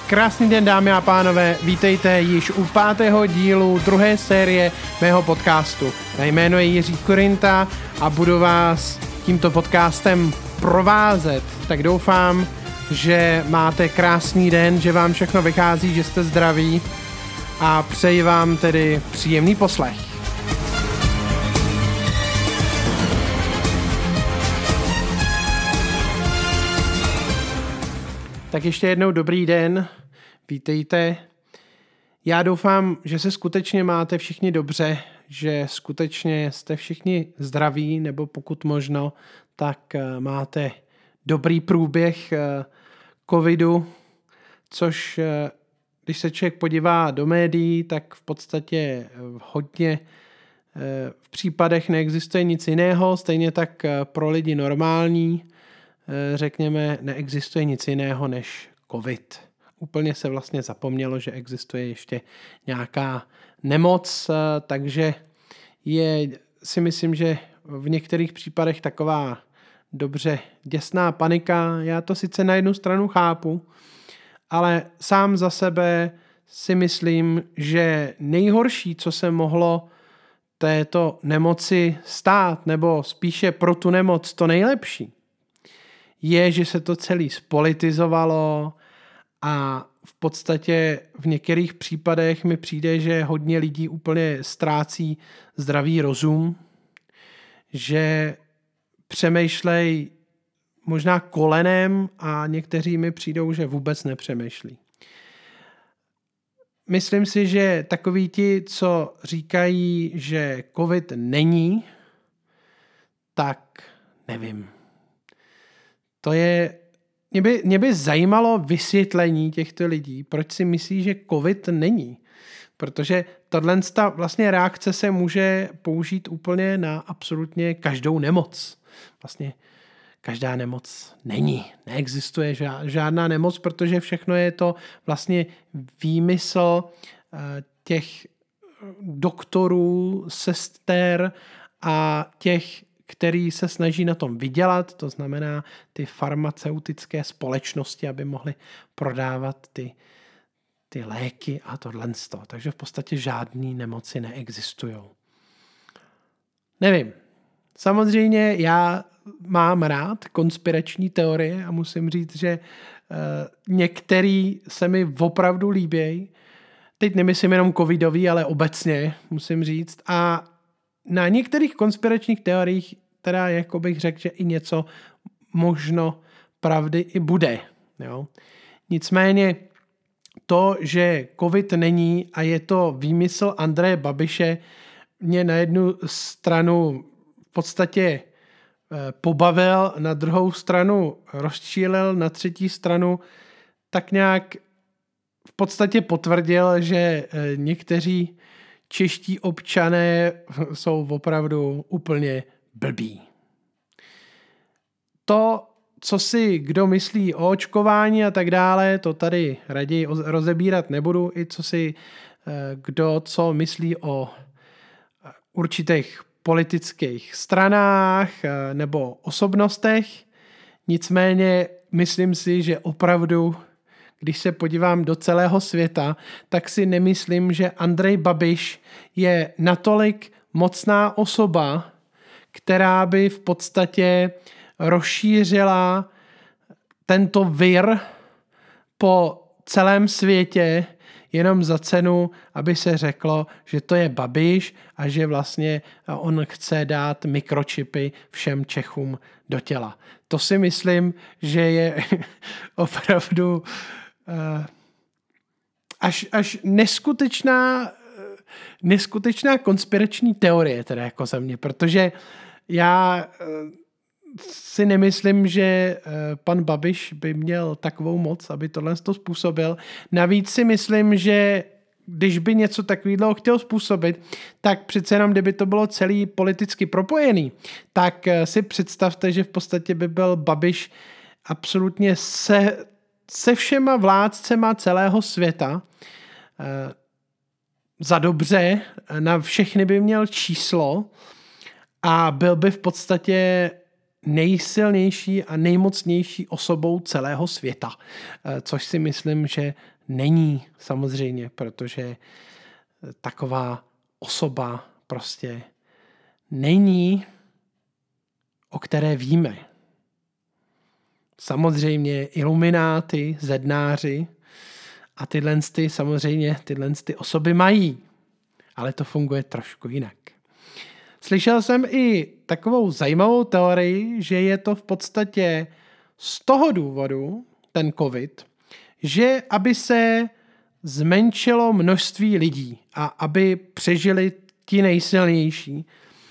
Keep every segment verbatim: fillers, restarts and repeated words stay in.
Krásný den, dámy a pánové, vítejte již u pátého dílu druhé série mého podcastu. Mé jméno je Jiří Korinta a budu vás tímto podcastem provázet. Tak doufám, že máte krásný den, že vám všechno vychází, že jste zdraví a přeji vám tedy příjemný poslech. Tak ještě jednou dobrý den, vítejte. Já doufám, že se skutečně máte všichni dobře, že skutečně jste všichni zdraví, nebo pokud možno, tak máte dobrý průběh covidu, což když se člověk podívá do médií, tak v podstatě hodně v případech neexistuje nic jiného, stejně tak pro lidi normální, řekněme, neexistuje nic jiného než covid. Úplně se vlastně zapomnělo, že existuje ještě nějaká nemoc, takže je, si myslím, že v některých případech taková dobře děsná panika. Já to sice na jednu stranu chápu, ale sám za sebe si myslím, že nejhorší, co se mohlo této nemoci stát, nebo spíše pro tu nemoc to nejlepší, je, že se to celý spolitizovalo a v podstatě v některých případech mi přijde, že hodně lidí úplně ztrácí zdravý rozum, že přemýšlej možná kolenem a někteří mi přijdou, že vůbec nepřemýšlí. Myslím si, že takoví ti, co říkají, že covid není, tak nevím. To je, mě by, mě by zajímalo vysvětlení těchto lidí, proč si myslí, že covid není. Protože tato vlastně reakce se může použít úplně na absolutně každou nemoc. Vlastně každá nemoc není, neexistuje žádná nemoc, protože všechno je to vlastně výmysl těch doktorů, sester a těch, který se snaží na tom vydělat, to znamená ty farmaceutické společnosti, aby mohly prodávat ty, ty léky a tohle. Takže v podstatě žádný nemoci neexistují. Nevím. Samozřejmě já mám rád konspirační teorie a musím říct, že uh, některý se mi opravdu líbějí. Teď nemyslím jenom covidový, ale obecně, musím říct. A na některých konspiračních teoriích teda jako bych řekl, že i něco možno pravdy i bude. Jo. Nicméně to, že covid není a je to výmysl Andreje Babiše, mě na jednu stranu v podstatě pobavil, na druhou stranu rozčílil, na třetí stranu tak nějak v podstatě potvrdil, že někteří čeští občané jsou opravdu úplně blbí. To, co si kdo myslí o očkování a tak dále, to tady raději rozebírat nebudu. I co si kdo co myslí o určitých politických stranách nebo osobnostech. Nicméně myslím si, že opravdu, když se podívám do celého světa, tak si nemyslím, že Andrej Babiš je natolik mocná osoba, která by v podstatě rozšířila tento vir po celém světě jenom za cenu, aby se řeklo, že to je Babiš a že vlastně on chce dát mikročipy všem Čechům do těla. To si myslím, že je opravdu uh, až, až neskutečná neskutečná konspirační teorie teda jako za mě, protože já si nemyslím, že pan Babiš by měl takovou moc, aby tohle to způsobil. Navíc si myslím, že když by něco takového chtěl způsobit, tak přece jenom, kdyby to bylo celý politicky propojený, tak si představte, že v podstatě by byl Babiš absolutně se, se všema vládcema celého světa za dobře, na všechny by měl číslo a byl by v podstatě nejsilnější a nejmocnější osobou celého světa, což si myslím, že není samozřejmě, protože taková osoba prostě není, o které víme. Samozřejmě ilumináty, zednáři a tyhle ty, samozřejmě tyhle ty osoby mají, ale to funguje trošku jinak. Slyšel jsem i takovou zajímavou teorii, že je to v podstatě z toho důvodu, ten covid, že aby se zmenšilo množství lidí a aby přežili ti nejsilnější.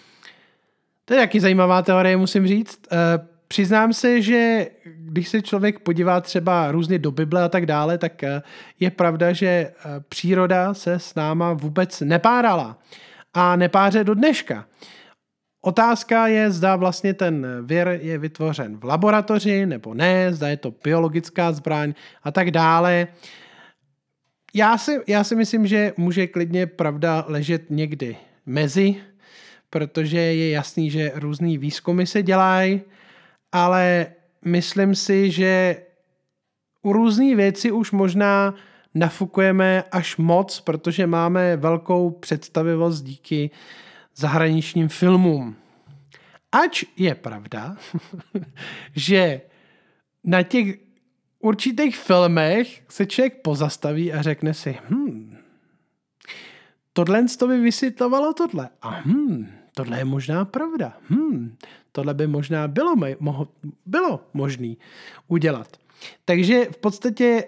To je taky zajímavá teorie, musím říct. E, přiznám se, že když se člověk podívá třeba různě do Bible a tak dále, tak je pravda, že příroda se s náma vůbec nepárala a nepáře do dneška. Otázka je, zda vlastně ten vir je vytvořen v laboratoři nebo ne, zda je to biologická zbraň a tak dále. Já si, já si myslím, že může klidně pravda ležet někdy mezi, protože je jasný, že různý výzkumy se dělají, ale myslím si, že u různých věcí už možná nafukujeme až moc, protože máme velkou představivost díky zahraničním filmům. Ač je pravda, že na těch určitých filmech se člověk pozastaví a řekne si, hm, tohle to by vysvětlovalo tohle. A hm, tohle je možná pravda. Hm, tohle by možná bylo, moho, bylo možné udělat. Takže v podstatě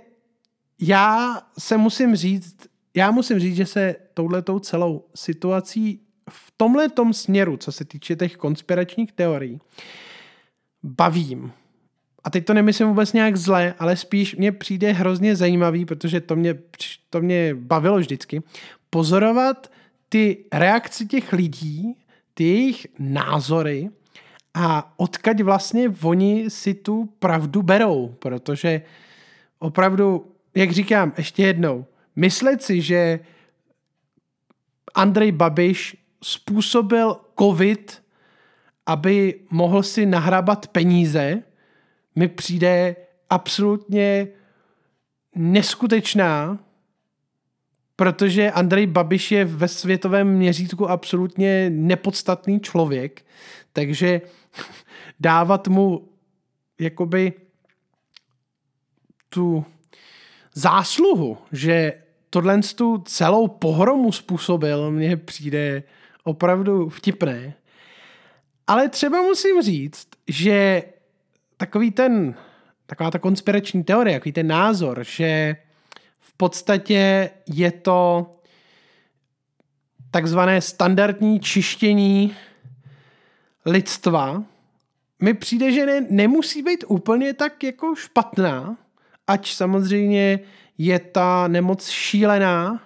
já se musím říct, já musím říct, že se touhletou celou situací v tomhletom směru, co se týče těch konspiračních teorií, bavím. A teď to nemyslím vůbec nějak zle, ale spíš mně přijde hrozně zajímavý, protože to mě, to mě bavilo vždycky, pozorovat ty reakce těch lidí, ty jejich názory a odkud vlastně oni si tu pravdu berou, protože opravdu, jak říkám, ještě jednou, myslet si, že Andrej Babiš způsobil covid, aby mohl si nahrabat peníze, mi přijde absolutně neskutečná, protože Andrej Babiš je ve světovém měřítku absolutně nepodstatný člověk, takže dávat mu jakoby tu zásluhu, že tohle tu celou pohromu způsobil, mně přijde opravdu vtipné. Ale třeba musím říct, že takový ten, taková ta konspirační teorie, takový ten názor, že v podstatě je to takzvané standardní čištění lidstva, mi přijde, že ne, nemusí být úplně tak jako špatná, ač samozřejmě je ta nemoc šílená,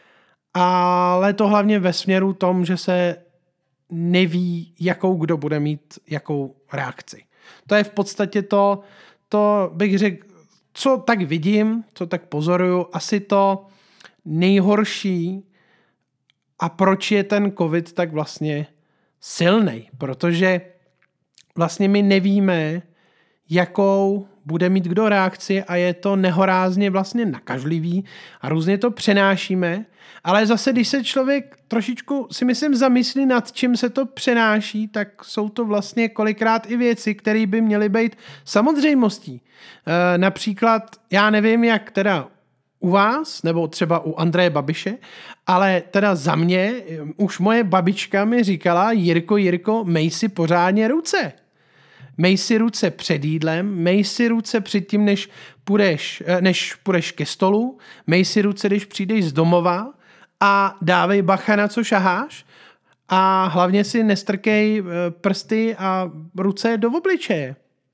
ale to hlavně ve směru tom, že se neví, jakou kdo bude mít jakou reakci. To je v podstatě to, to bych řekl, co tak vidím, co tak pozoruju, asi to nejhorší a proč je ten covid tak vlastně silnej, protože vlastně my nevíme, jakou bude mít kdo reakci a je to nehorázně vlastně nakažlivý a různě to přenášíme, ale zase, když se člověk trošičku, si myslím, zamyslí nad čím se to přenáší, tak jsou to vlastně kolikrát i věci, které by měly být samozřejmostí. E, například, já nevím, jak teda u vás, nebo třeba u Andreje Babiše, ale teda za mě, už moje babička mi říkala, Jirko, Jirko, mej si pořádně ruce. Mej si ruce před jídlem, mej si ruce předtím, než půjdeš, než půjdeš ke stolu, mej si ruce, když přijdeš z domova a dávej bacha, na co šaháš a hlavně si nestrkej prsty a ruce do obličeje.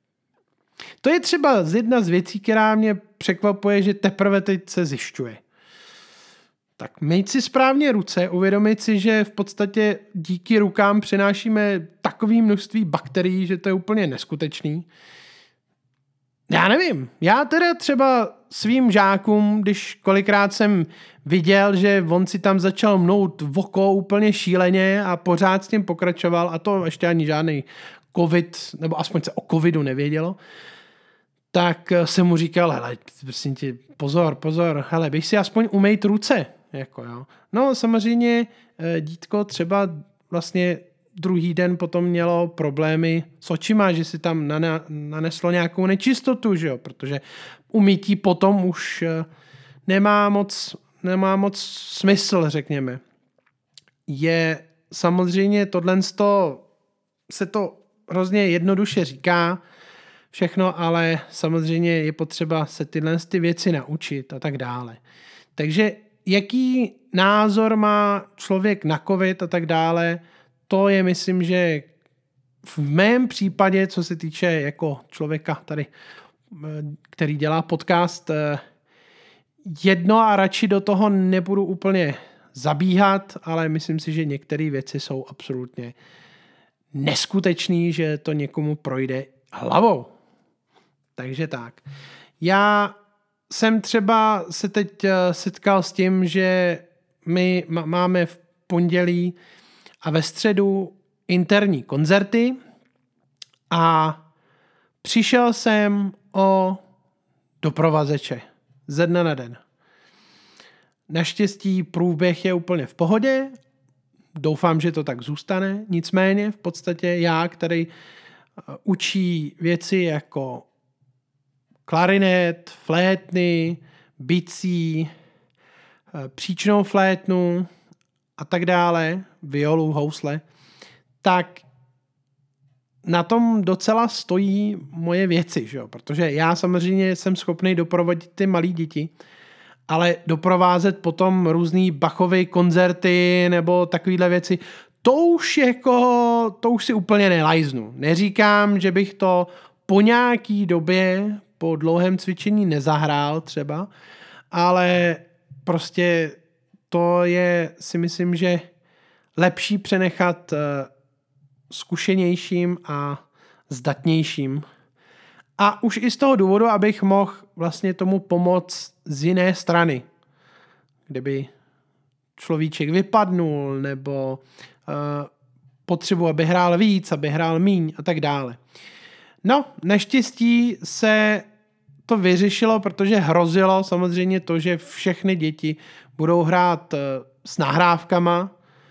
To je třeba jedna z věcí, která mě překvapuje, že teprve teď se zjišťuje. Tak mít si správně ruce, uvědomit si, že v podstatě díky rukám přenášíme takové množství bakterií, že to je úplně neskutečný. Já nevím. Já teda třeba svým žákům, když kolikrát jsem viděl, že on si tam začal mnout v oko úplně šíleně a pořád s tím pokračoval a to ještě ani žádný covid, nebo aspoň se o covidu nevědělo, tak jsem mu říkal, hele, prosím tě, pozor, pozor, hele, bych si aspoň umejt ruce, jako jo. No samozřejmě dítko třeba vlastně druhý den potom mělo problémy s očima, že si tam naneslo nějakou nečistotu, že jo, protože umytí potom už nemá moc, nemá moc smysl, řekněme. Je samozřejmě tohle se to hrozně jednoduše říká všechno, ale samozřejmě je potřeba se tyhle ty věci naučit a tak dále. Takže jaký názor má člověk na covid a tak dále, to je, myslím, že v mém případě, co se týče jako člověka tady, který dělá podcast, jedno a radši do toho nebudu úplně zabíhat, ale myslím si, že některé věci jsou absolutně neskutečný, že to někomu projde hlavou. Takže tak. Já jsem třeba se teď setkal s tím, že my máme v pondělí a ve středu interní koncerty a přišel jsem o doprovazeče ze dne na den. Naštěstí průběh je úplně v pohodě, doufám, že to tak zůstane, nicméně v podstatě já, který učí věci jako klarinet, flétny, bicí, příčnou flétnu a tak dále, violu, housle, tak na tom docela stojí moje věci, že jo? Protože já samozřejmě jsem schopný doprovodit ty malé děti, ale doprovázet potom různý Bachovy koncerty nebo takovýhle věci, to už jako, to už si úplně nelajznu. Neříkám, že bych to po nějaký době, po dlouhém cvičení nezahrál třeba, ale prostě to je, si myslím, že lepší přenechat zkušenějším a zdatnějším. A už i z toho důvodu, abych mohl vlastně tomu pomoct z jiné strany. Kdyby človíček vypadnul, nebo uh, potřebu, aby hrál víc, aby hrál míň a tak dále. No, naštěstí se to vyřešilo, protože hrozilo samozřejmě to, že všechny děti budou hrát uh, s nahrávkama,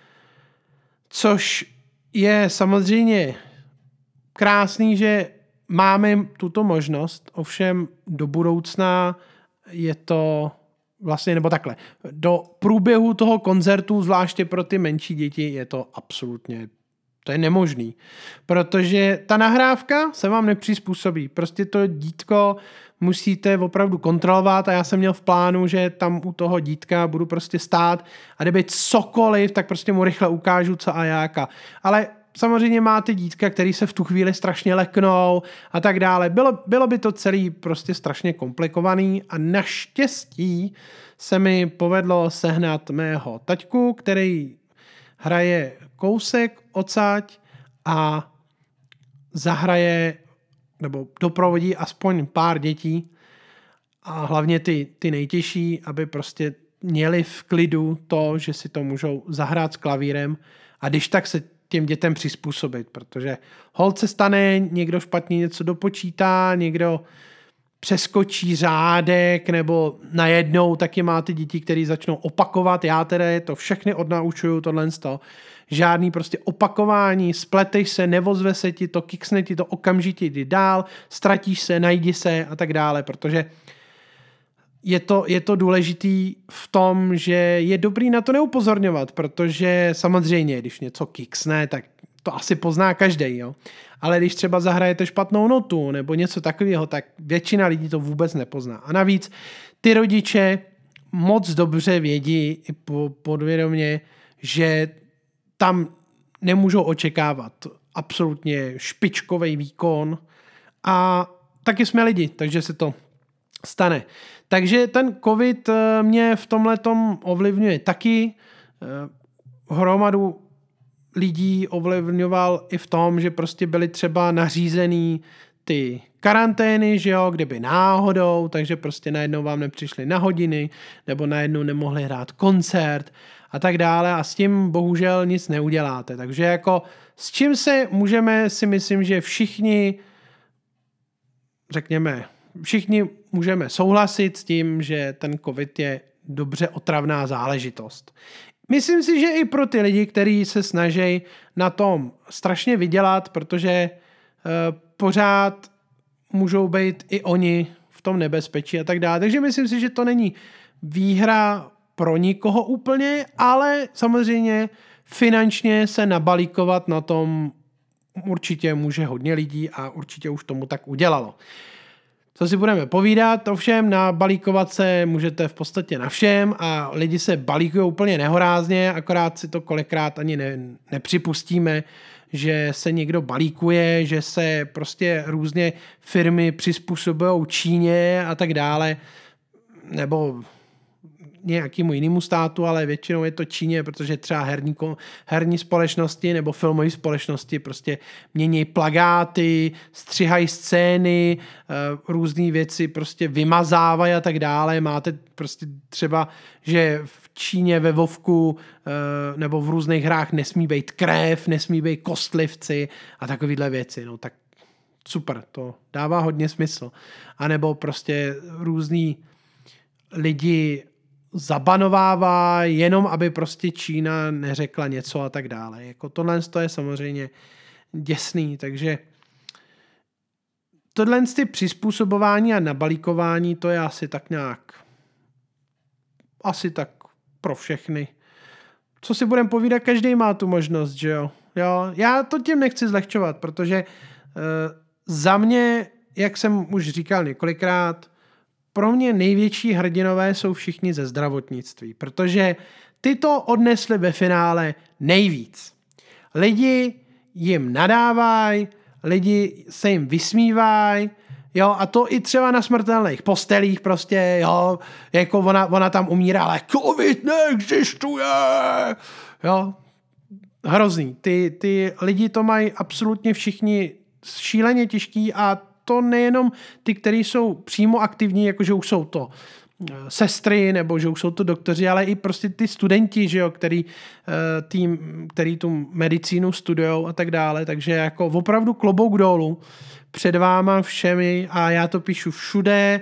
což je samozřejmě krásný, že máme tuto možnost, ovšem do budoucna je to vlastně, nebo takhle, do průběhu toho koncertu, zvláště pro ty menší děti, je to absolutně, to je nemožný, protože ta nahrávka se vám nepřizpůsobí, prostě to dítko musíte opravdu kontrolovat a já jsem měl v plánu, že tam u toho dítka budu prostě stát a kdyby cokoliv, tak prostě mu rychle ukážu co a jak. Ale samozřejmě máte dítka, který se v tu chvíli strašně leknou a tak dále. Bylo, bylo by to celý prostě strašně komplikovaný a naštěstí se mi povedlo sehnat mého taťku, který hraje kousek odsaď a zahraje nebo doprovodí aspoň pár dětí a hlavně ty, ty nejtěžší, aby prostě měli v klidu to, že si to můžou zahrát s klavírem a když tak se těm dětem přizpůsobit, protože holt se stane, někdo špatně něco dopočítá, někdo přeskočí řádek nebo najednou taky máte děti, které začnou opakovat, já teda je to všechny odnaučuju tohle z toho. Žádný prostě opakování, spleteš se, nevozve se ti to, kiksne ti to, okamžitě jdi dál, ztratíš se, najdi se a tak dále, protože je to, je to důležitý v tom, že je dobrý na to neupozorňovat, protože samozřejmě, když něco kiksne, tak to asi pozná každej, jo. Ale když třeba zahrajete špatnou notu nebo něco takového, tak většina lidí to vůbec nepozná. A navíc ty rodiče moc dobře vědí i podvědomě, že tam nemůžou očekávat absolutně špičkový výkon a taky jsme lidi, takže se to stane. Takže ten covid mě v tomhletom ovlivňuje taky. Hromadu lidí ovlivňoval i v tom, že prostě byly třeba nařízený ty karantény, že jo, kdyby náhodou, takže prostě najednou vám nepřišli na hodiny, nebo najednou nemohli hrát koncert a tak dále a s tím bohužel nic neuděláte. Takže jako s čím se můžeme, si myslím, že všichni, řekněme, všichni můžeme souhlasit s tím, že ten covid je dobře otravná záležitost. Myslím si, že i pro ty lidi, kteří se snaží na tom strašně vydělat, protože uh, pořád můžou být i oni v tom nebezpečí a tak dále. Takže myslím si, že to není výhra pro nikoho úplně, ale samozřejmě finančně se nabalíkovat na tom určitě může hodně lidí a určitě už tomu tak udělalo. Co si budeme povídat, ovšem nabalíkovat se můžete v podstatě na všem a lidi se balíkují úplně nehorázně, akorát si to kolikrát ani ne, nepřipustíme, že se někdo balíkuje, že se prostě různě firmy přizpůsobují Číně a tak dále, nebo nějakému jinému státu, ale většinou je to Číně, protože třeba herní, herní společnosti nebo filmové společnosti prostě mění plakáty, střihají scény, různé věci prostě vymazávají a tak dále. Máte prostě třeba, že v Číně ve Vovku nebo v různých hrách nesmí být krev, nesmí být kostlivci a takovéhle věci. No tak super, to dává hodně smysl. A nebo prostě různý lidi zabanovává jenom, aby prostě Čína neřekla něco a tak dále. Jako tohle je samozřejmě děsný, takže tohle ty přizpůsobování a nabalíkování, to je asi tak nějak asi tak pro všechny. Co si budeme povídat, každý má tu možnost, že jo? jo? Já to tím nechci zlehčovat, protože uh, za mě, jak jsem už říkal několikrát, pro mě největší hrdinové jsou všichni ze zdravotnictví, protože ty to odnesli ve finále nejvíc. Lidi jim nadávají, lidi se jim vysmívají, jo, a to i třeba na smrtelných postelích prostě, jo, jako ona, ona tam umírá, ale covid neexistuje, jo, hrozný. Ty, ty lidi to mají absolutně všichni šíleně těžký a to nejenom ty, kteří jsou přímo aktivní, jakože už jsou to sestry, nebo že už jsou to doktoři, ale i prostě ty studenti, že jo, který, tým, který tu medicínu studujou a tak dále, takže jako opravdu klobouk dolů před váma všemi a já to píšu všude,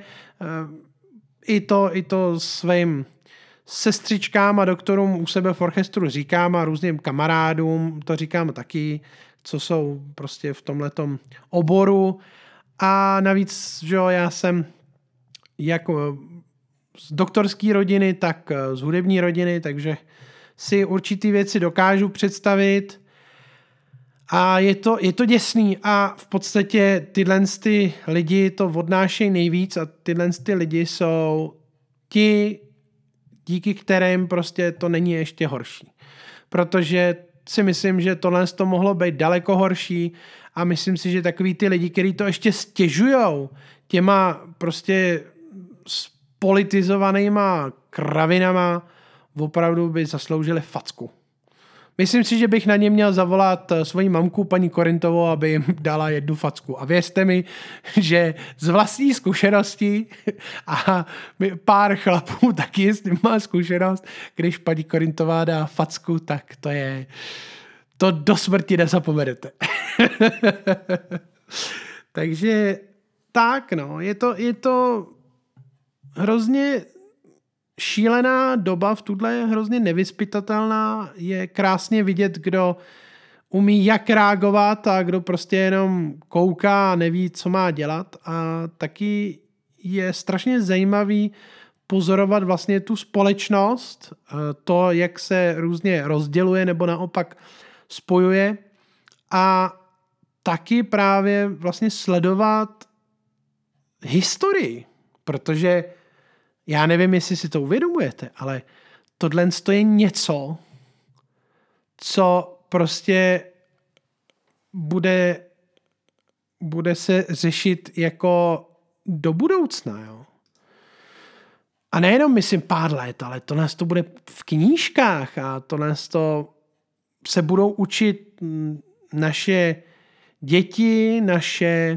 i to, i to svým sestřičkám a doktorům u sebe v orchestru říkám a různým kamarádům to říkám taky, co jsou prostě v tomhletom oboru. A navíc, že jo, já jsem jako z doktorské rodiny, tak z hudební rodiny, takže si určitý věci dokážu představit a je to, je to děsný a v podstatě tyhle ty lidi to odnášejí nejvíc a tyhle ty lidi jsou ti, díky kterým prostě to není ještě horší. Protože si myslím, že tohle to mohlo být daleko horší a myslím si, že takový ty lidi, kteří to ještě stěžujou těma prostě spolitizovanýma kravinama, opravdu by zasloužili facku. Myslím si, že bych na ně měl zavolat svoji mamku, paní Korintovou, aby jim dala jednu facku. A věřte mi, že z vlastní zkušenosti a pár chlapů taky s tím má zkušenost, když paní Korintová dá facku, tak to je... To do smrti nezapomenete. Takže tak, no, je to, je to hrozně šílená doba, v tuhle je hrozně nevyzpytatelná, je krásně vidět, kdo umí jak reagovat a kdo prostě jenom kouká a neví, co má dělat a taky je strašně zajímavý pozorovat vlastně tu společnost, to, jak se různě rozděluje nebo naopak spojuje a taky právě vlastně sledovat historii, protože já nevím, jestli si to uvědomujete, ale tohle je něco, co prostě bude, bude se řešit jako do budoucna, jo. A nejenom myslím pár let, ale tohle to bude v knížkách a tohle to se budou učit naše děti, naše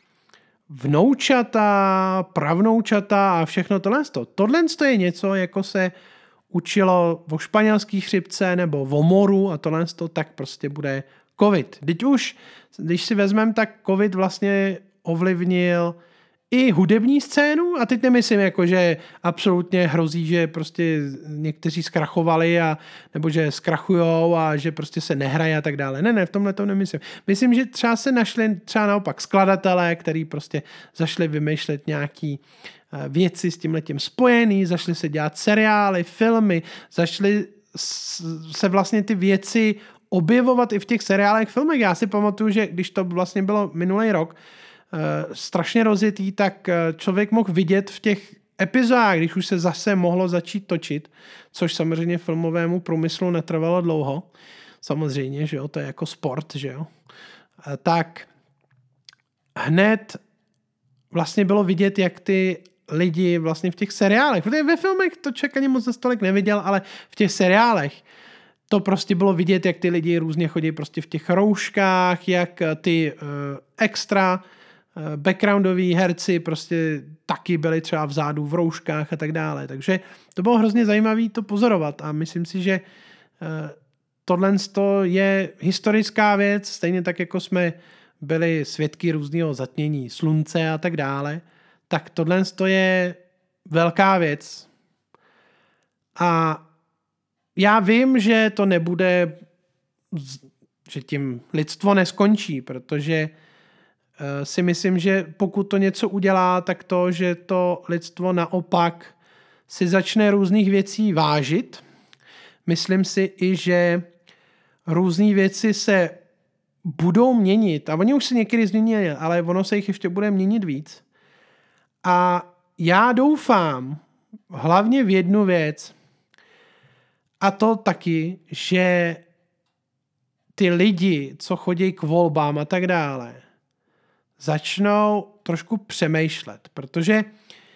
vnoučata, pravnoučata a všechno tohle. Tohle je něco, jako se učilo o španělský chřipce nebo o moru a tohle, tak prostě bude covid. Teď už, když si vezmeme, tak covid vlastně ovlivnil i hudební scénu, a teď nemyslím jako, že absolutně hrozí, že prostě někteří zkrachovali a, nebo že zkrachujou a že prostě se nehrají a tak dále. Ne, ne, v tomhle to nemyslím. Myslím, že třeba se našli třeba naopak skladatelé, který prostě zašli vymýšlet nějaký věci s tímhletím spojený, zašli se dělat seriály, filmy, zašli se vlastně ty věci objevovat i v těch seriálech, filmech. Já si pamatuju, že když to vlastně bylo minulý rok, strašně rozjetý, tak člověk mohl vidět v těch epizodách, když už se zase mohlo začít točit, což samozřejmě filmovému průmyslu netrvalo dlouho, samozřejmě, že jo, to je jako sport, že jo, tak hned vlastně bylo vidět, jak ty lidi vlastně v těch seriálech, protože ve filmech to člověk ani moc za stolek neviděl, ale v těch seriálech to prostě bylo vidět, jak ty lidi různě chodí prostě v těch rouškách, jak ty uh, extra backgroundoví herci prostě taky byli třeba vzadu v rouškách a tak dále. Takže to bylo hrozně zajímavé to pozorovat a myslím si, že tohle je historická věc, stejně tak, jako jsme byli svědky různého zatmění slunce a tak dále, tak tohle je velká věc. A já vím, že to nebude, že tím lidstvo neskončí, protože si myslím, že pokud to něco udělá, tak to, že to lidstvo naopak si začne různých věcí vážit. Myslím si i, že různé věci se budou měnit. A oni už se někdy změnili, ale ono se jich ještě bude měnit víc. A já doufám hlavně v jednu věc, a to taky, že ty lidi, co chodí k volbám a tak dále, začnou trošku přemýšlet, protože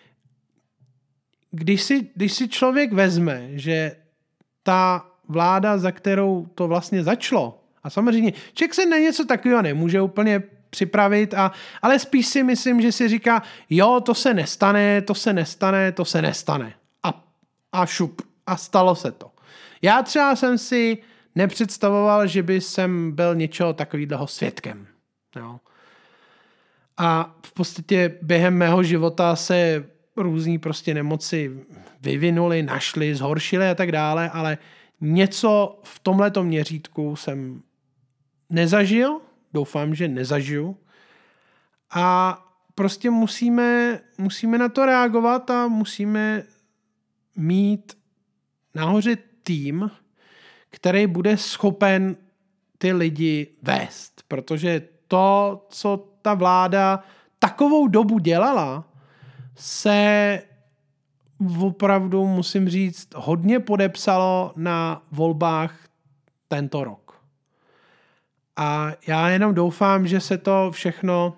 když si, když si člověk vezme, že ta vláda, za kterou to vlastně začalo, a samozřejmě člověk se na něco takového nemůže úplně připravit, a, ale spíš si myslím, že si říká, jo, to se nestane, to se nestane, to se nestane. A, a šup. A stalo se to. Já třeba jsem si nepředstavoval, že by jsem byl něčeho takového svědkem. Jo. A v podstatě během mého života se různý prostě nemoci vyvinuly, našly, zhoršily a tak dále, ale něco v tomhletom měřítku jsem nezažil, doufám, že nezažiju. A prostě musíme, musíme na to reagovat a musíme mít nahoře tým, který bude schopen ty lidi vést, protože to, co ta vláda takovou dobu dělala, se opravdu, musím říct, hodně podepsalo na volbách tento rok. A já jenom doufám, že se to všechno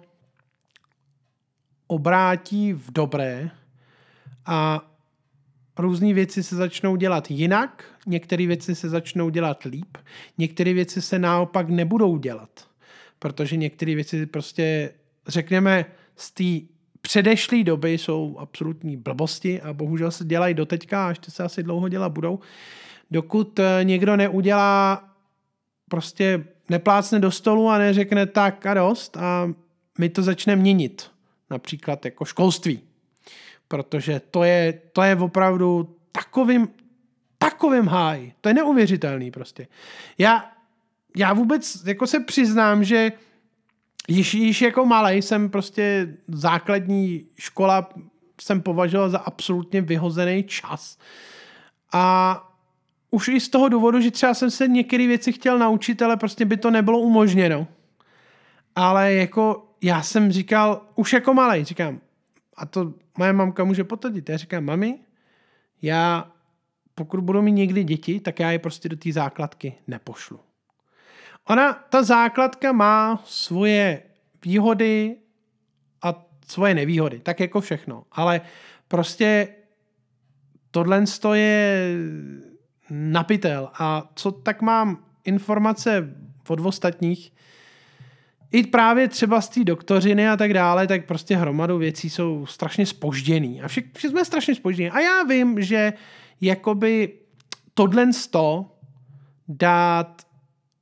obrátí v dobré a různé věci se začnou dělat jinak, některé věci se začnou dělat líp, některé věci se naopak nebudou dělat, protože některé věci prostě, řekněme, z té předešlé doby jsou absolutní blbosti a bohužel se dělají doteďka a ještě se asi dlouho dělat budou. Dokud někdo neudělá, prostě neplácne do stolu a neřekne tak a dost a my to začneme měnit. Například jako školství. Protože to je, to je opravdu takovým, takovým háj. To je neuvěřitelný prostě. Já, já vůbec jako se přiznám, že již, již jako malej jsem prostě základní škola jsem považoval za absolutně vyhozený čas. A už i z toho důvodu, že třeba jsem se některé věci chtěl naučit, ale prostě by to nebylo umožněno. Ale jako já jsem říkal, už jako malej, říkám, a to moje mamka může potvrdit. Já říkám, mami, já pokud budu mít někdy děti, tak já je prostě do té základky nepošlu. Ona, ta základka má svoje výhody a svoje nevýhody, tak jako všechno. Ale prostě tohle je napitel. A co tak mám informace od ostatních, i právě třeba z té doktořiny a tak dále, tak prostě hromadu věcí jsou strašně zpožděný. A všichni vši jsme strašně zpoždění. A já vím, že jakoby tohle sto dát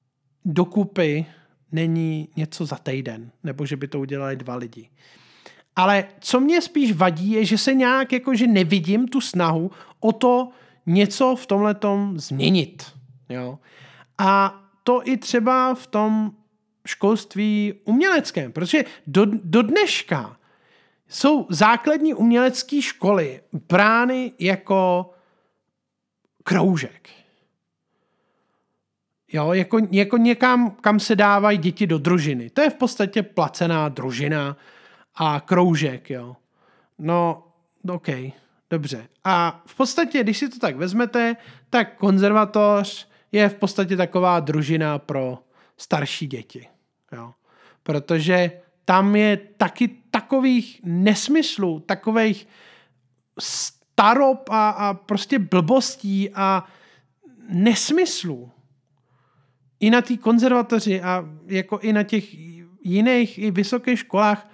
dokupy není něco za týden, nebo že by to udělali dva lidi. Ale co mě spíš vadí, je, že se nějak jakože nevidím tu snahu o to něco v tomhletom změnit. Jo? A to i třeba v tom školství uměleckém, protože do, do dneška jsou základní umělecké školy brány jako kroužek. Jo, jako, jako někam, kam se dávají děti do družiny. To je v podstatě placená družina a kroužek, jo. No, OK, dobře. A v podstatě, když si to tak vezmete, tak konzervatoř je v podstatě taková družina pro starší děti, jo. Protože tam je taky takových nesmyslů, takových starob a, a prostě blbostí a nesmyslů. I na té konzervatoři a jako i na těch jiných i vysokých školách.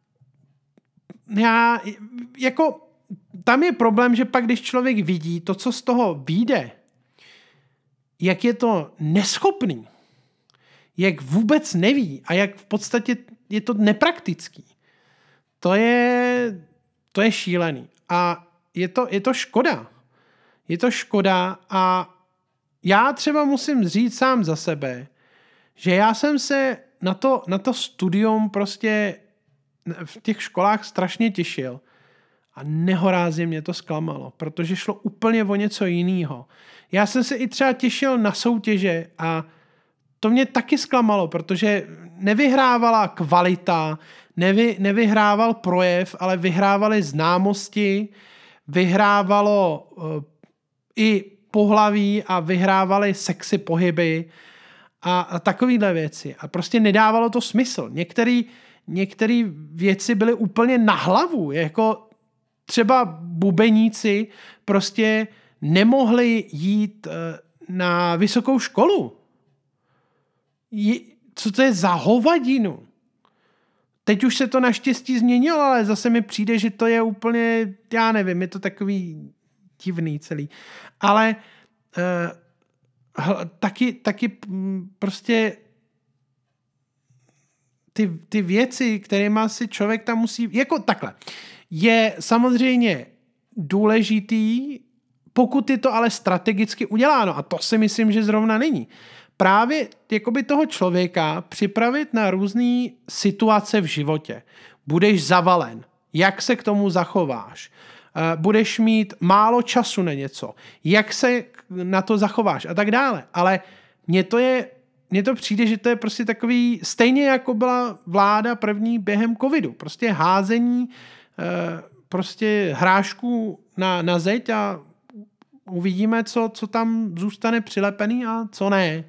Já, jako, tam je problém, že pak, když člověk vidí to, co z toho vyjde, jak je to neschopný, jak vůbec neví a jak v podstatě je to nepraktický, to je, to je šílený. A je to, je to škoda. Je to škoda a já třeba musím říct sám za sebe, že já jsem se na to, na to studium prostě v těch školách strašně těšil a nehorázně mě to zklamalo, protože šlo úplně o něco jiného. Já jsem se i třeba těšil na soutěže a to mě taky zklamalo, protože nevyhrávala kvalita, nevy, nevyhrával projev, ale vyhrávaly známosti, vyhrávalo uh, i pohlaví a vyhrávali sexy pohyby a, a takovýhle věci. A prostě nedávalo to smysl. Některé některé věci byly úplně na hlavu. Jako třeba bubeníci prostě nemohli jít na vysokou školu. Je, co to je za hovadinu? Teď už se to naštěstí změnilo, ale zase mi přijde, že to je úplně, já nevím, je to takový divný celý. Ale uh, taky, taky prostě ty, ty věci, kterýma si člověk tam musí, jako takhle, je samozřejmě důležitý, pokud je to ale strategicky uděláno, a to si myslím, že zrovna není. Právě jakoby toho člověka připravit na různé situace v životě. Budeš zavalen, jak se k tomu zachováš, budeš mít málo času na něco, jak se na to zachováš a tak dále. Ale mně to je, mně to přijde, že to je prostě takový, stejně jako byla vláda první během covidu. Prostě házení prostě hrášků na, na zeď a uvidíme, co, co tam zůstane přilepený a co ne.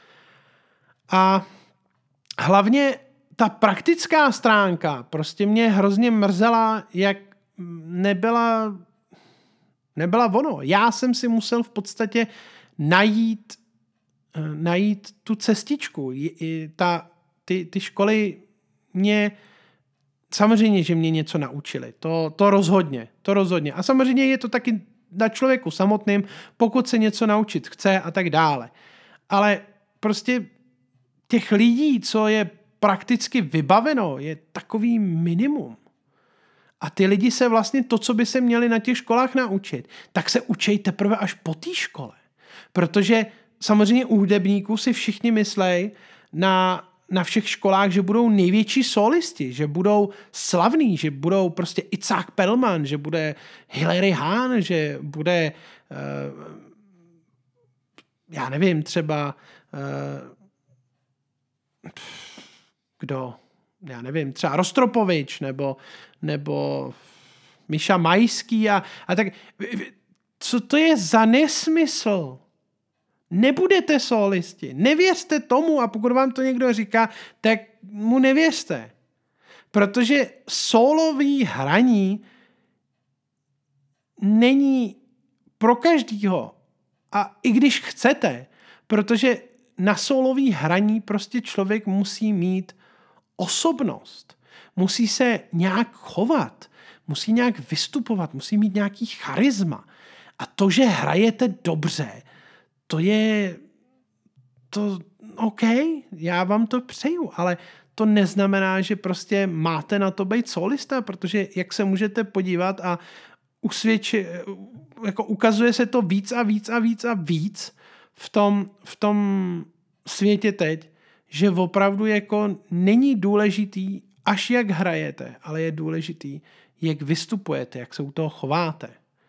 A hlavně ta praktická stránka prostě mě hrozně mrzela, jak nebyla, nebyla ono. Já jsem si musel v podstatě najít, najít tu cestičku. Ta, ty, ty školy mě, samozřejmě, že mě něco naučily. To, to rozhodně, to rozhodně. A samozřejmě je to taky na člověku samotným, pokud se něco naučit chce a tak dále. Ale prostě těch lidí, co je prakticky vybaveno, je takový minimum. A ty lidi se vlastně to, co by se měli na těch školách naučit, tak se učí teprve až po té škole. Protože samozřejmě u hudebníků si všichni myslej na, na všech školách, že budou největší solisti, že budou slavní, že budou prostě Itzhak Perlman, že bude Hilary Hahn, že bude uh, já nevím, třeba uh, kdo, já nevím, třeba Rostropovič nebo, nebo Miša Majský a, a tak. Co to je za nesmysl? Nebudete solisti. Nevěřte tomu a pokud vám to někdo říká, tak mu nevěřte. Protože solový hraní není pro každýho. A i když chcete, protože na solový hraní prostě člověk musí mít osobnost. Musí se nějak chovat. Musí nějak vystupovat. Musí mít nějaký charisma. A to, že hrajete dobře, to je... To, OK, já vám to přeju, ale to neznamená, že prostě máte na to být solista, protože jak se můžete podívat a usvědči, jako ukazuje se to víc a víc a víc a víc v tom, v tom světě teď, že opravdu jako není důležitý, až jak hrajete, ale je důležitý, jak vystupujete, jak se u toho chováte.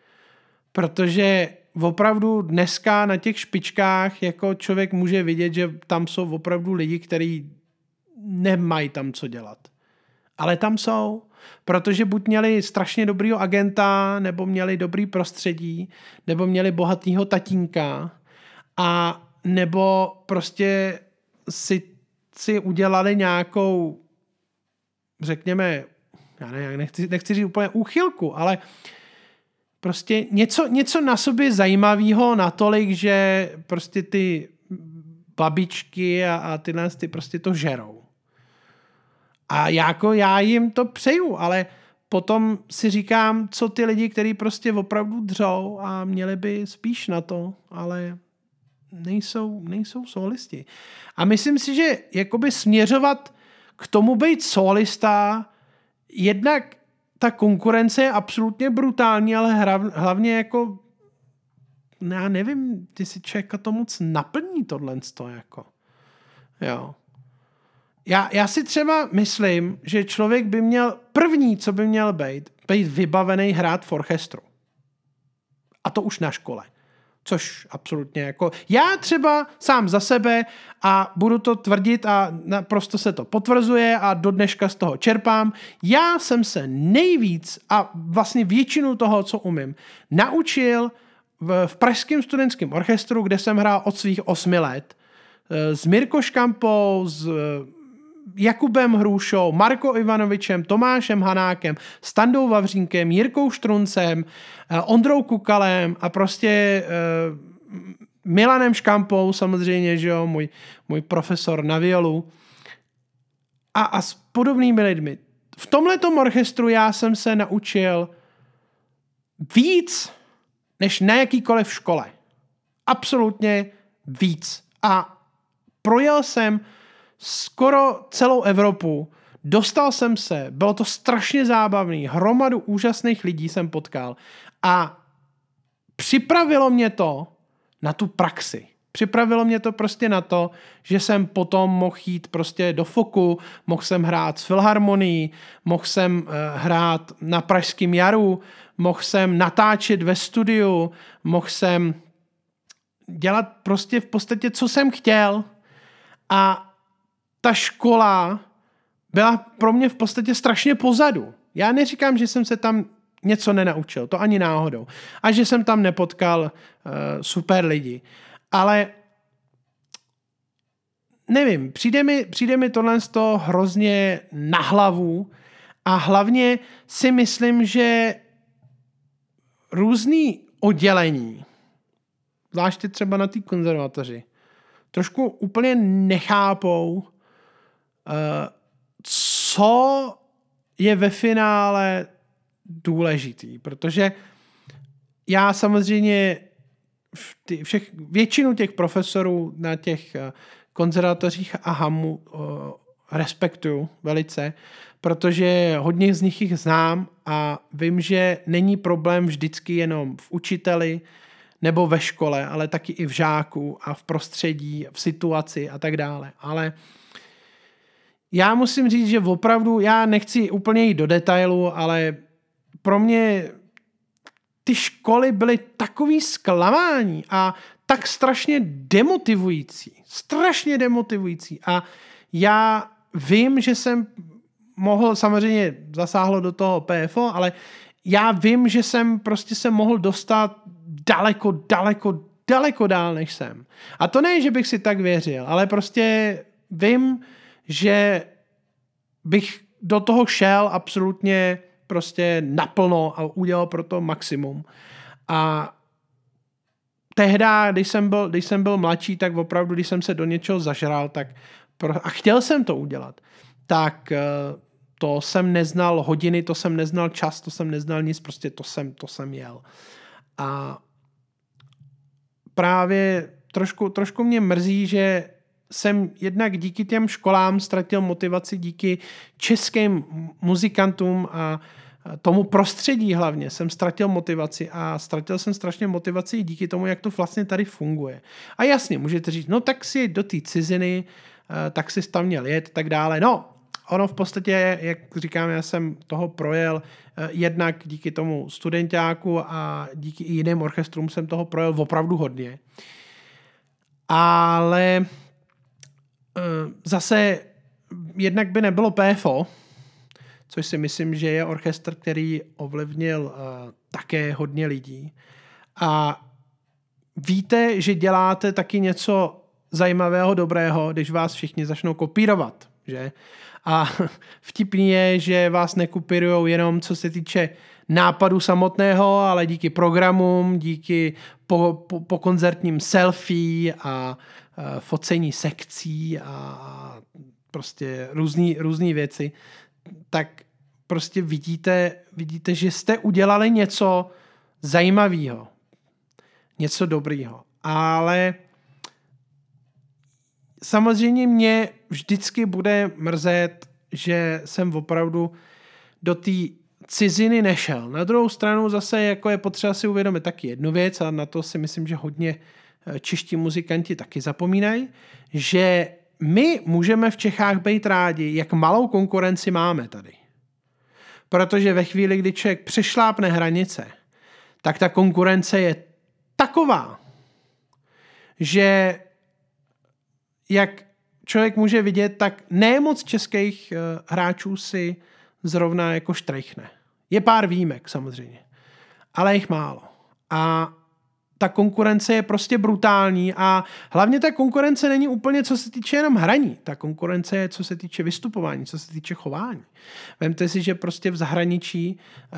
Protože opravdu dneska na těch špičkách jako člověk může vidět, že tam jsou opravdu lidi, kteří nemají tam co dělat. Ale tam jsou, protože buď měli strašně dobrýho agenta, nebo měli dobrý prostředí, nebo měli bohatýho tatínka, a nebo prostě si, si udělali nějakou, řekněme, já ne, nechci, nechci říct úplně úchylku, ale prostě něco, něco na sobě zajímavého natolik, že prostě ty babičky a, a tyhle ty prostě to žerou. A jako já jim to přeju, ale potom si říkám, co ty lidi, kteří prostě opravdu dřou a měli by spíš na to, ale nejsou, nejsou solisti. A myslím si, že jakoby směřovat k tomu být solista, jednak ta konkurence je absolutně brutální, ale hlavně jako já nevím, ty si člověka to moc naplní tohle jako. Jo. Já, já si třeba myslím, že člověk by měl, první, co by měl být, být vybavený hrát v orchestru. A to už na škole. Což absolutně jako, já třeba sám za sebe a budu to tvrdit a naprosto se to potvrzuje a do dneška z toho čerpám. Já jsem se nejvíc a vlastně většinu toho, co umím, naučil v, v Pražském studentském orchestru, kde jsem hrál od svých osmi let s Mirko Škampou, s Jakubem Hrušou, Marko Ivanovičem, Tomášem Hanákem, Standou Vavřínkem, Jirkou Štruncem, Ondrou Kukalem a prostě uh, Milanem Škampou, samozřejmě, že jo, můj, můj profesor na violu a, a s podobnými lidmi. V tomhletom orchestru já jsem se naučil víc než na jakýkoliv škole. Absolutně víc. A projel jsem skoro celou Evropu, dostal jsem se, bylo to strašně zábavný, hromadu úžasných lidí jsem potkal a připravilo mě to na tu praxi. Připravilo mě to prostě na to, že jsem potom mohl jít prostě do Foku, mohl jsem hrát s Filharmonií, mohl jsem uh, hrát na Pražském jaru, mohl jsem natáčet ve studiu, mohl jsem dělat prostě v podstatě, co jsem chtěl. A ta škola byla pro mě v podstatě strašně pozadu. Já neříkám, že jsem se tam něco nenaučil, to ani náhodou. A že jsem tam nepotkal uh, super lidi. Ale nevím, přijde mi, přijde mi tohle z toho hrozně na hlavu a hlavně si myslím, že různý oddělení, zvláště třeba na té konzervatoři, trošku úplně nechápou, co je ve finále důležitý, protože já samozřejmě všech, většinu těch profesorů na těch konzervatořích a hamu respektuju velice, protože hodně z nich jich znám a vím, že není problém vždycky jenom v učiteli nebo ve škole, ale taky i v žáku a v prostředí, v situaci a tak dále. Ale já musím říct, že opravdu, já nechci úplně jít do detailu, ale pro mě ty školy byly takový zklamání a tak strašně demotivující. Strašně demotivující. A já vím, že jsem mohl, samozřejmě zasáhlo do toho P F O, ale já vím, že jsem prostě se mohl dostat daleko, daleko, daleko dál, než jsem. A to ne, že bych si tak věřil, ale prostě vím, že bych do toho šel absolutně prostě naplno a udělal pro to maximum. A tehdy, když jsem byl, když jsem byl mladší, tak opravdu, když jsem se do něčeho zažral, tak pro, a chtěl jsem to udělat, tak to jsem neznal hodiny, to jsem neznal čas, to jsem neznal nic, prostě to jsem, to jsem jel. A právě trošku, trošku mě mrzí, že jsem jednak díky těm školám ztratil motivaci, díky českým muzikantům a tomu prostředí hlavně jsem ztratil motivaci a ztratil jsem strašně motivaci i díky tomu, jak to vlastně tady funguje. A jasně, můžete říct, no tak si do té ciziny, tak si tam měl jet, tak dále. No, ono v podstatě, jak říkám, já jsem toho projel jednak díky tomu studentáku a díky i jiným orchestrům jsem toho projel opravdu hodně. Ale zase jednak by nebylo P F O, což si myslím, že je orchestr, který ovlivnil uh, také hodně lidí. A víte, že děláte taky něco zajímavého, dobrého, když vás všichni začnou kopírovat, že? A vtipný je, že vás nekopírujou jenom co se týče nápadu samotného, ale díky programům, díky po, po, po koncertním selfie a uh, focení sekcí a prostě různý, různý věci, tak prostě vidíte, vidíte, že jste udělali něco zajímavého, něco dobrýho. Ale samozřejmě mě vždycky bude mrzet, že jsem opravdu do té ciziny nešel. Na druhou stranu zase jako je potřeba si uvědomit taky jednu věc a na to si myslím, že hodně čeští muzikanti taky zapomínají, že my můžeme v Čechách být rádi, jak malou konkurenci máme tady. Protože ve chvíli, kdy člověk přešlápne hranice, tak ta konkurence je taková, že jak člověk může vidět, tak nemoc českých hráčů si zrovna jako štrejchne. Je pár výjimek samozřejmě, ale jich málo. A ta konkurence je prostě brutální a hlavně ta konkurence není úplně, co se týče jenom hraní. Ta konkurence je, co se týče vystupování, co se týče chování. Vemte si, že prostě v zahraničí uh,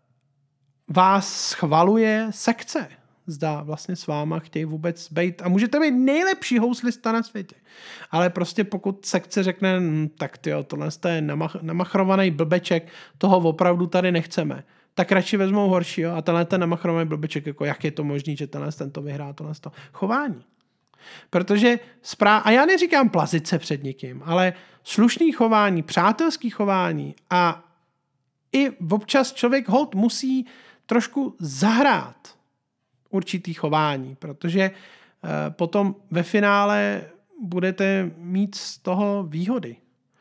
vás schvaluje sekce. Zda vlastně s váma chtějí vůbec být. A můžete být nejlepší houslista na světě. Ale prostě pokud sekce řekne, tak tyjo, tohle je namach, namachrovaný blbeček, toho opravdu tady nechceme, tak radši vezmou horšího a tenhle ten namachrovaný blbeček, jako jak je to možný, že tenhle ten to vyhrá, tohle to chování. Protože správ... a já neříkám plazit se před nikým, ale slušný chování, přátelský chování a i občas člověk holt musí trošku zahrát určitý chování, protože uh, potom ve finále budete mít z toho výhody.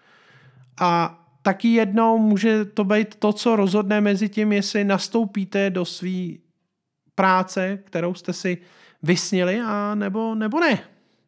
A taky jednou může to být to, co rozhodne mezi tím, jestli nastoupíte do své práce, kterou jste si vysnili, a nebo, nebo ne.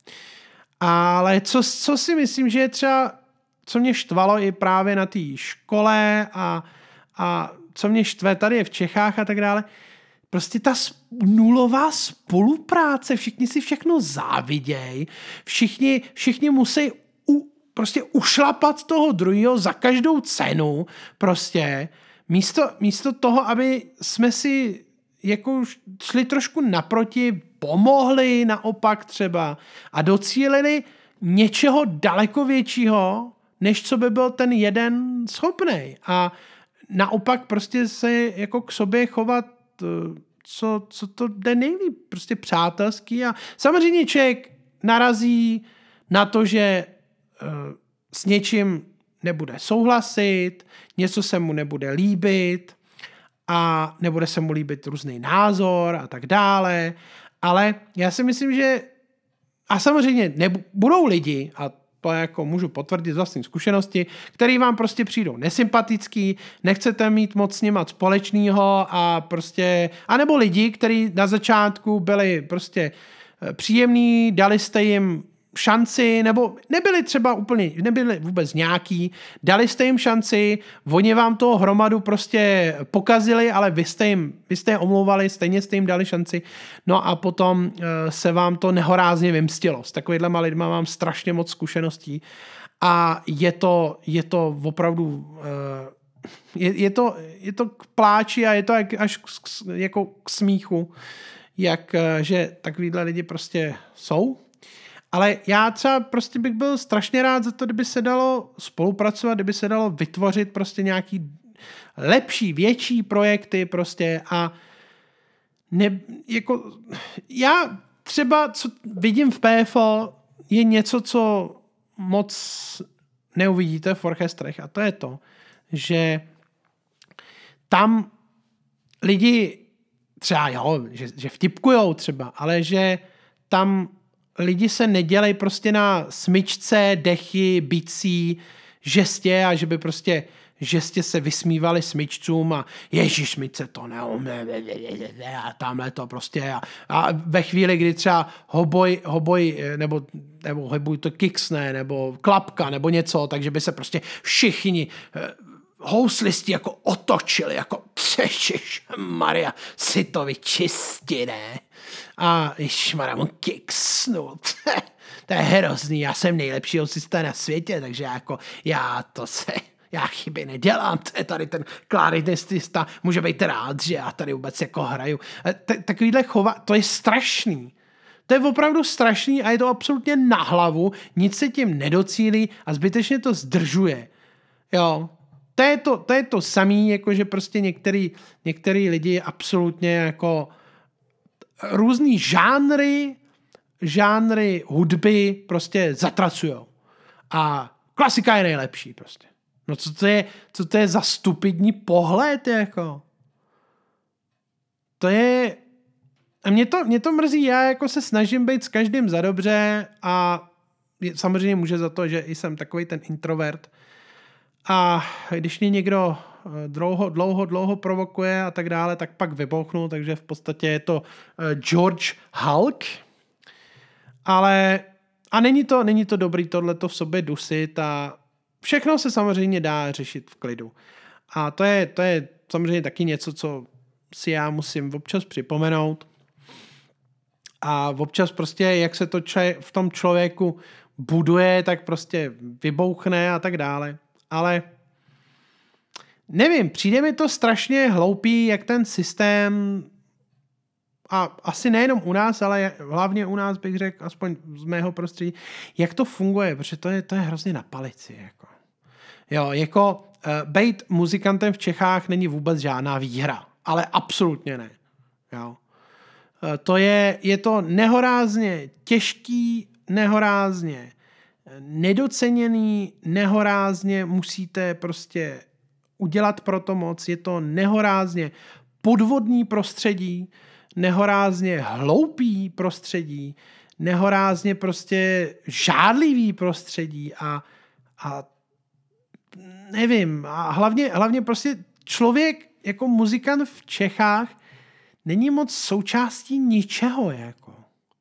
Ale co, co si myslím, že je třeba, co mě štvalo i právě na té škole a, a co mě štve tady je v Čechách a tak dále, prostě ta nulová spolupráce, všichni si všechno závidějí, všichni, všichni musí u, prostě ušlapat toho druhého za každou cenu, prostě místo, místo toho, aby jsme si jako šli trošku naproti, pomohli naopak třeba a docílili něčeho daleko většího, než co by byl ten jeden schopnej. A naopak prostě se jako k sobě chovat co, co to jde nejlíp, prostě přátelský a samozřejmě člověk narazí na to, že uh, s něčím nebude souhlasit, něco se mu nebude líbit a nebude se mu líbit různý názor a tak dále, ale já si myslím, že a samozřejmě nebu, budou lidi, a to jako můžu potvrdit z vlastní zkušenosti, který vám prostě přijdou nesympatický, nechcete mít moc s nima společného a prostě, anebo lidi, kteří na začátku byli prostě příjemní, dali jste jim šanci, nebo nebyli třeba úplně, nebyli vůbec nějaký, dali jste jim šanci, oni vám toho hromadu prostě pokazili, ale vy jste jim, vy jste je omlouvali, stejně jste jim dali šanci, no a potom uh, se vám to nehorázně vymstilo. S takovýhlema lidma mám strašně moc zkušeností a je to, je to opravdu uh, je, je, to, je to k pláči a je to jak, až k, jako k smíchu, jak, uh, že takovýhle lidi prostě jsou. Ale já třeba prostě bych byl strašně rád za to, kdyby se dalo spolupracovat, kdyby se dalo vytvořit prostě nějaký lepší, větší projekty prostě a ne, jako já třeba, co vidím v P F O, je něco, co moc neuvidíte v orchestrech a to je to, že tam lidi třeba, jo, že, že vtipkujou třeba, ale že tam lidi se nedělají prostě na smyčce, dechy, bicí, žestě a že by prostě žestě se vysmívali smyčcům a ježiš, smyčce to neumí a tamhle to prostě a, a ve chvíli, kdy třeba hoboj, hoboj nebo, nebo hoboj to kiksne, nebo klapka, nebo něco, takže by se prostě všichni houslisti jako otočili, jako Maria, si to vyčisti, ne? A ježišmarja, on kiksnul. To je hrozný, já jsem nejlepší housista na světě, takže jako já to se, já chyby nedělám, to je tady ten klarinetista, může být rád, že já tady vůbec jako hraju. Takovýhle chova, to je strašný. To je opravdu strašný a je to absolutně na hlavu, nic se tím nedocílí a zbytečně to zdržuje. Jo. To je to, to je to samý, jako že prostě některý, některý lidi absolutně jako různý žánry, žánry hudby prostě zatracujou. A klasika je nejlepší prostě. No co to je, co to je za stupidní pohled, jako? To je... A mě to, mě to mrzí, já jako se snažím být s každým za dobře a samozřejmě může za to, že jsem takovej ten introvert. A když mě někdo dlouho, dlouho, dlouho provokuje a tak dále, tak pak vybouchnu, takže v podstatě je to George Hulk. Ale a není to, není to dobrý tohleto v sobě dusit a všechno se samozřejmě dá řešit v klidu. A to je, to je samozřejmě taky něco, co si já musím občas připomenout. A občas prostě, jak se to če- v tom člověku buduje, tak prostě vybouchne a tak dále. Ale nevím, přijde mi to strašně hloupý, jak ten systém, a asi nejenom u nás, ale hlavně u nás bych řekl, aspoň z mého prostředí, jak to funguje, protože to je, to je hrozně na palici. Jako. Jo, jako uh, být muzikantem v Čechách není vůbec žádná výhra, ale absolutně ne. Jo. Uh, to je, je to nehorázně těžký, nehorázně nedoceněný, nehorázně musíte prostě udělat pro to moc, je to nehorázně podvodný prostředí, nehorázně hloupý prostředí, nehorázně prostě žádlivý prostředí a, a nevím, a hlavně, hlavně prostě člověk jako muzikant v Čechách není moc součástí ničeho, jako.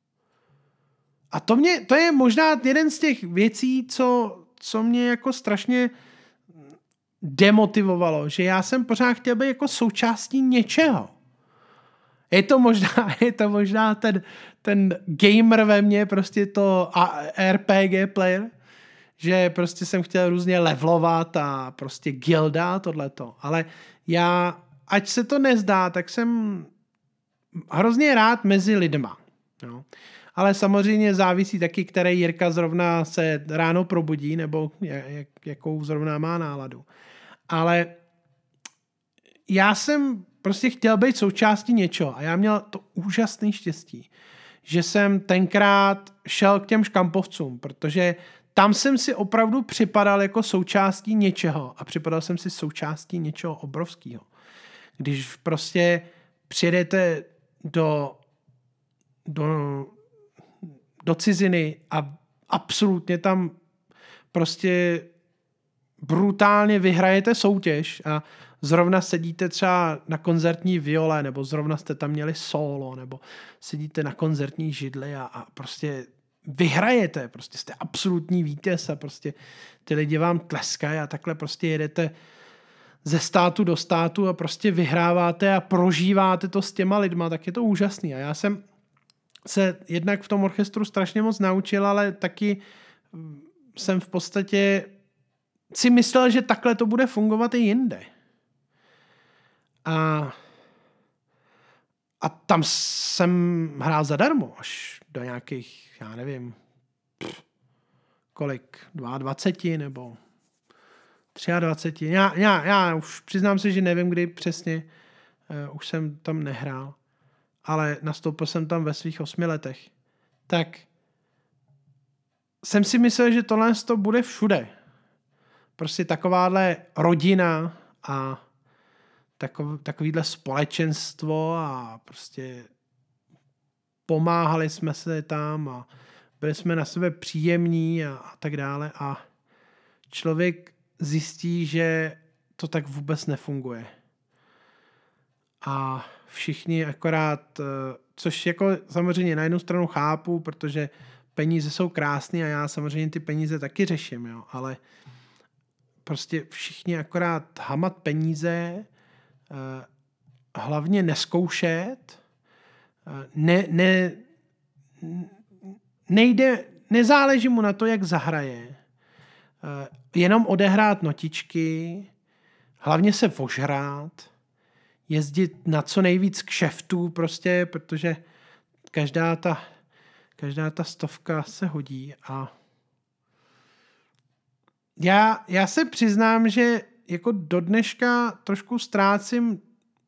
A to, mě, to je možná jeden z těch věcí, co, co mě jako strašně demotivovalo, že já jsem pořád chtěl být jako součástí něčeho. Je to možná, je to možná ten, ten gamer ve mně, prostě to R P G player, že prostě jsem chtěl různě levelovat a prostě gilda, tohleto. Ale já, ať se to nezdá, tak jsem hrozně rád mezi lidma. Jo. Ale samozřejmě závisí taky, který Jirka zrovna se ráno probudí, nebo jak, jakou zrovna má náladu. Ale já jsem prostě chtěl být součástí něčeho a já měl to úžasné štěstí, že jsem tenkrát šel k těm škampovcům, protože tam jsem si opravdu připadal jako součástí něčeho a připadal jsem si součástí něčeho obrovského. Když prostě přijedete do, do, do ciziny a absolutně tam prostě brutálně vyhrajete soutěž a zrovna sedíte třeba na koncertní viole, nebo zrovna jste tam měli solo, nebo sedíte na koncertní židli a, a prostě vyhrajete, prostě jste absolutní vítěz a prostě ty lidi vám tleskají a takhle prostě jedete ze státu do státu a prostě vyhráváte a prožíváte to s těma lidma, tak je to úžasný. A já jsem se jednak v tom orchestru strašně moc naučil, ale taky jsem v podstatě si myslel, že takhle to bude fungovat i jinde. A, a tam jsem hrál zadarmo až do nějakých, já nevím, pff, kolik, dvacet dva nebo dvacet tři. Já, já, já už přiznám se, že nevím, kdy přesně uh, už jsem tam nehrál, ale nastoupil jsem tam ve svých osmi letech. Tak jsem si myslel, že tohle to bude všude. Prostě takováhle rodina a takov, takovýhle společenstvo a prostě pomáhali jsme se tam a byli jsme na sebe příjemní a, a tak dále a člověk zjistí, že to tak vůbec nefunguje. A všichni akorát, což jako samozřejmě na jednu stranu chápu, protože peníze jsou krásné a já samozřejmě ty peníze taky řeším, jo, ale prostě všichni akorát hamat peníze, hlavně neskoušet, ne, ne, nejde, nezáleží mu na to, jak zahraje, jenom odehrát notičky, hlavně se ožrát, jezdit na co nejvíc kšeftů prostě, protože každá ta, každá ta stovka se hodí a já, já se přiznám, že jako do dneška trošku ztrácím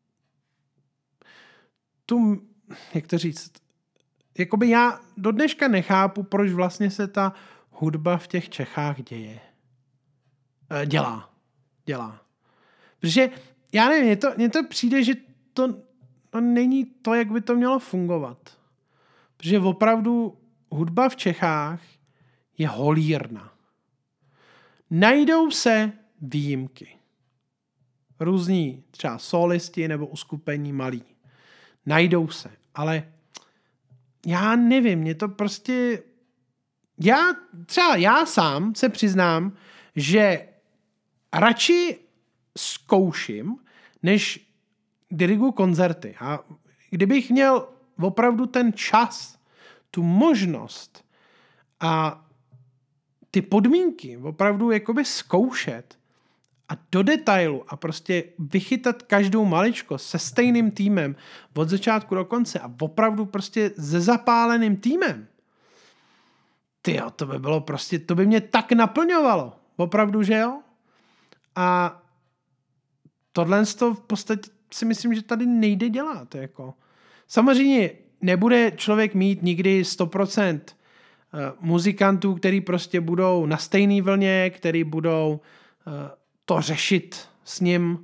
tu, jak to říct, jakoby já do dneška nechápu, proč vlastně se ta hudba v těch Čechách děje. E, dělá. Dělá. Protože já nevím, mně to, mně to přijde, že to, to není to, jak by to mělo fungovat. Protože opravdu hudba v Čechách je holírna. Najdou se výjimky. Různí třeba solisti nebo uskupení malí. Najdou se, ale já nevím, mě to prostě... Já třeba já sám se přiznám, že radši zkouším, než diriguju koncerty. A kdybych měl opravdu ten čas, tu možnost a ty podmínky opravdu jakoby zkoušet a do detailu a prostě vychytat každou maličkost se stejným týmem od začátku do konce a opravdu prostě se zapáleným týmem. Tyjo, to by bylo prostě, to by mě tak naplňovalo. Opravdu, že jo? A tohle to v podstatě si myslím, že tady nejde dělat. Jako. Samozřejmě nebude člověk mít nikdy sto procent muzikantů, který prostě budou na stejné vlně, který budou to řešit s ním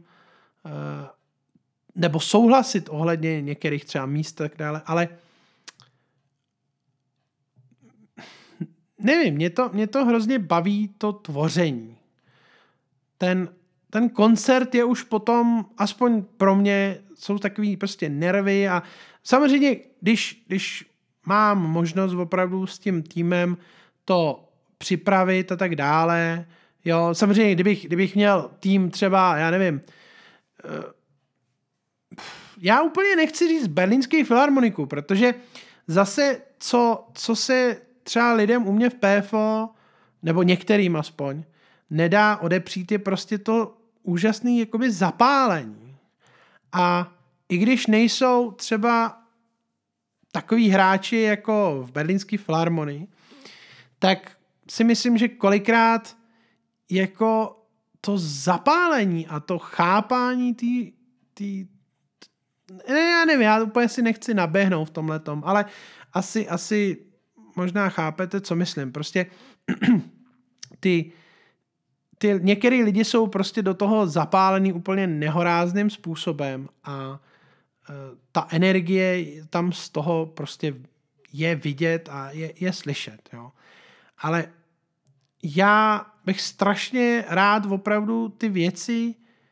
nebo souhlasit ohledně některých třeba míst tak dále, ale nevím, mě to, mě to hrozně baví to tvoření. Ten, ten koncert je už potom, aspoň pro mě, jsou takový prostě nervy a samozřejmě, když, když mám možnost opravdu s tím týmem to připravit a tak dále, jo, samozřejmě, kdybych, kdybych měl tým třeba, já nevím, já úplně nechci říct berlínský filharmoniku, protože zase, co, co se třeba lidem u mě v P F O, nebo některým aspoň, nedá odepřít, je prostě to úžasné jakoby zapálení. A i když nejsou třeba takový hráči jako v berlínský filharmonii, tak si myslím, že kolikrát jako to zapálení a to chápání tý, tý, ne, já nevím, já úplně si nechci naběhnout v tomhletom, ale asi, asi možná chápete, co myslím. Prostě ty, ty některý lidi jsou prostě do toho zapálený úplně nehorázným způsobem a e, ta energie tam z toho prostě je vidět a je, je slyšet. Jo. Ale já bych strašně rád opravdu ty věci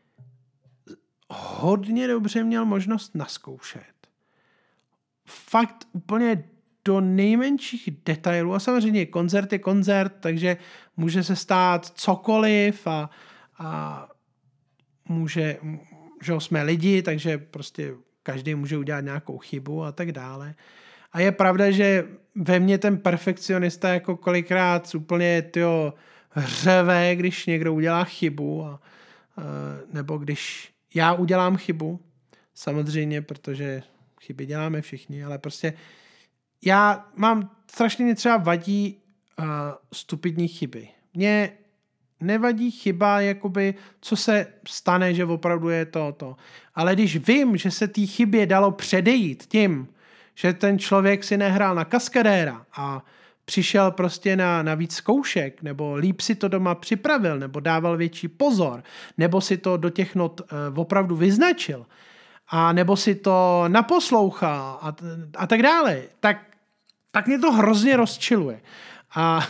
hodně dobře měl možnost naskoušet. Fakt úplně do nejmenších detailů. A samozřejmě koncert je koncert, takže může se stát cokoliv a, a může, že jsme lidi, takže prostě každý může udělat nějakou chybu a tak dále. A je pravda, že ve mně ten perfekcionista jako kolikrát úplně tyjo, hřeve, když někdo udělá chybu a, a, nebo když já udělám chybu, samozřejmě, protože chyby děláme všichni, ale prostě já mám, strašně mě třeba vadí uh, stupidní chyby. Mně nevadí chyba, jakoby, co se stane, že opravdu je to, to. Ale když vím, že se té chybě dalo předejít tím, že ten člověk si nehrál na kaskadéra a přišel prostě na, na víc zkoušek, nebo líp si to doma připravil, nebo dával větší pozor, nebo si to do těch not uh, opravdu vyznačil, a nebo si to naposlouchal a, a tak dále, tak, tak mě to hrozně rozčiluje. A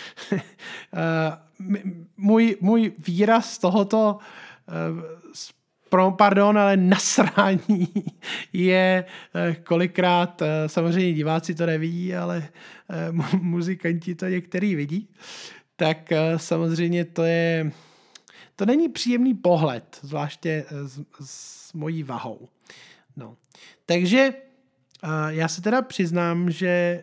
můj, můj výraz tohoto pro, pardon, ale nasrání je kolikrát, samozřejmě diváci to nevidí, ale muzikanti to některý vidí, tak samozřejmě to je, to není příjemný pohled, zvláště s, s mojí vahou. No. Takže já se teda přiznám, že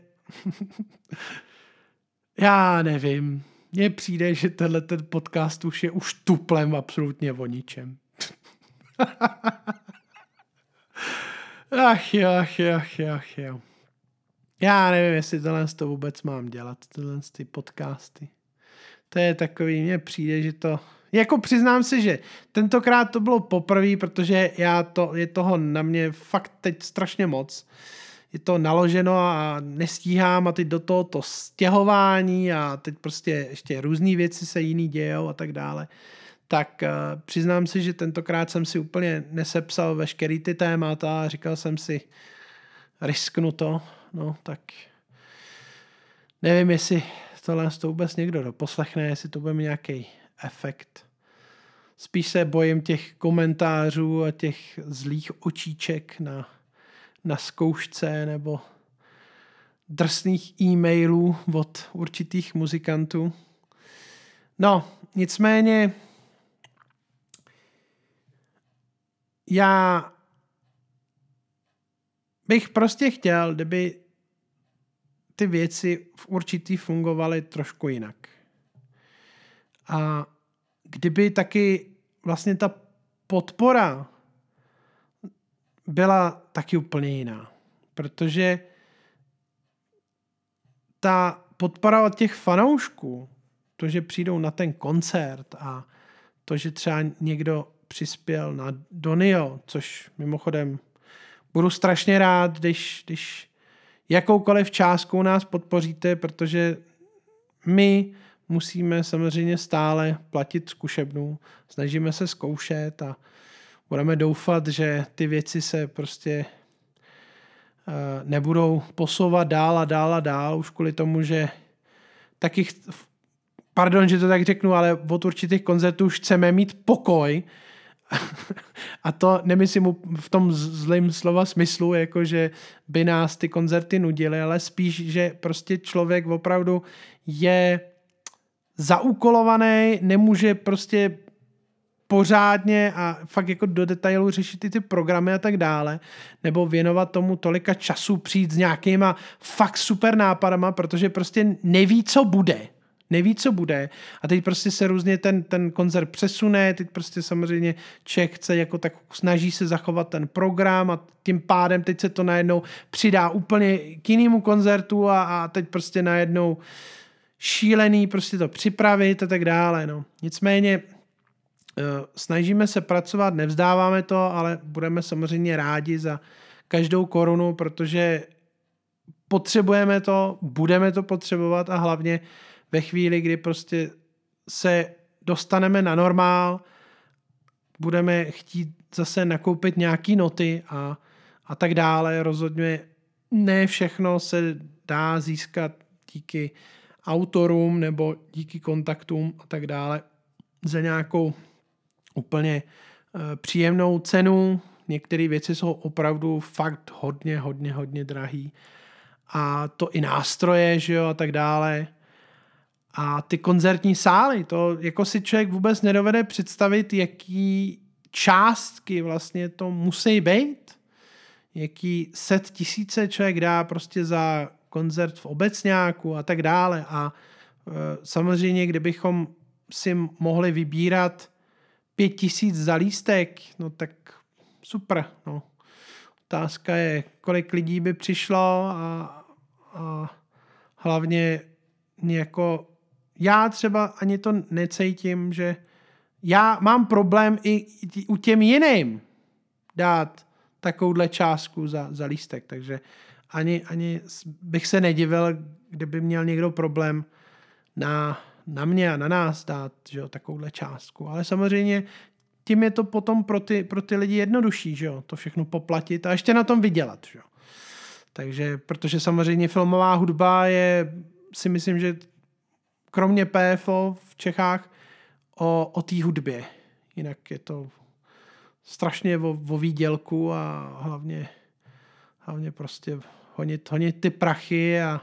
já nevím, mně přijde, že tenhle ten podcast už je už tuplem absolutně o ničem. ach jo, ach jo, ach jo, ach jo. Já nevím, jestli tohle to vůbec mám dělat, tyhle ty podcasty. To je takový, mně přijde, že to... Jako přiznám si, že tentokrát to bylo poprvé, protože já to, je toho na mě fakt teď strašně moc. Je to naloženo a nestíhám a teď do toho to stěhování a teď prostě ještě různý věci se jiný dějou a tak dále. Tak uh, přiznám si, že tentokrát jsem si úplně nesepsal veškerý ty témata a říkal jsem si, risknu to, no tak nevím, jestli tohle to vůbec někdo doposlechne, jestli to bude mít nějaký efekt. Spíš se bojím těch komentářů a těch zlých očíček na, na zkoušce nebo drsných e-mailů od určitých muzikantů. No, nicméně já bych prostě chtěl, kdyby ty věci v určitý fungovaly trošku jinak. A kdyby taky vlastně ta podpora byla taky úplně jiná. Protože ta podpora od těch fanoušků, to, že přijdou na ten koncert a to, že třeba někdo přispěl na Donio, což mimochodem budu strašně rád, když, když jakoukoliv částkou nás podpoříte, protože my musíme samozřejmě stále platit zkušebnu, snažíme se zkoušet a budeme doufat, že ty věci se prostě uh, nebudou posouvat dál a dál a dál, už kvůli tomu, že taky, pardon, že to tak řeknu, ale od určitých koncertů už chceme mít pokoj a to nemyslím v tom zlým slova smyslu, jako že by nás ty koncerty nudily, ale spíš, že prostě člověk opravdu je zaúkolovaný, nemůže prostě pořádně a fakt jako do detailu řešit i ty programy a tak dále, nebo věnovat tomu tolika času, přijít s nějakýma fakt super nápadama, protože prostě neví, co bude. Neví, co bude. A teď prostě se různě ten, ten koncert přesune, teď prostě samozřejmě člověk chce jako tak snaží se zachovat ten program a tím pádem teď se to najednou přidá úplně k jinému koncertu a, a teď prostě najednou šílený prostě to připravit a tak dále. No. Nicméně snažíme se pracovat, nevzdáváme to, ale budeme samozřejmě rádi za každou korunu, protože potřebujeme to, budeme to potřebovat a hlavně ve chvíli, kdy prostě se dostaneme na normál, budeme chtít zase nakoupit nějaký noty a, a tak dále. Rozhodně ne všechno se dá získat díky autorům nebo díky kontaktům a tak dále za nějakou úplně uh, příjemnou cenu. Některé věci jsou opravdu fakt hodně, hodně, hodně drahý. A to i nástroje, že jo, a tak dále. A ty koncertní sály, to jako si člověk vůbec nedovede představit, jaký částky vlastně to musí být. Jaký set tisíce člověk dá prostě za koncert v Obecňáku a tak dále. A uh, samozřejmě, kdybychom si mohli vybírat pět tisíc za lístek, no tak super. No. Otázka je, kolik lidí by přišlo a, a hlavně jako já třeba ani to necítím, že já mám problém i u těm jiným dát takovouhle částku za, za lístek, takže ani, ani bych se nedivil, kdyby měl někdo problém na, na mě a na nás dát, že jo, takovouhle částku. Ale samozřejmě tím je to potom pro ty, pro ty lidi jednodušší, že jo, to všechno poplatit a ještě na tom vydělat, že jo. Takže, protože samozřejmě filmová hudba je, si myslím, že kromě P F O v Čechách o, o té hudbě. Jinak je to strašně o, o výdělku a hlavně, hlavně prostě honit, honit ty prachy a,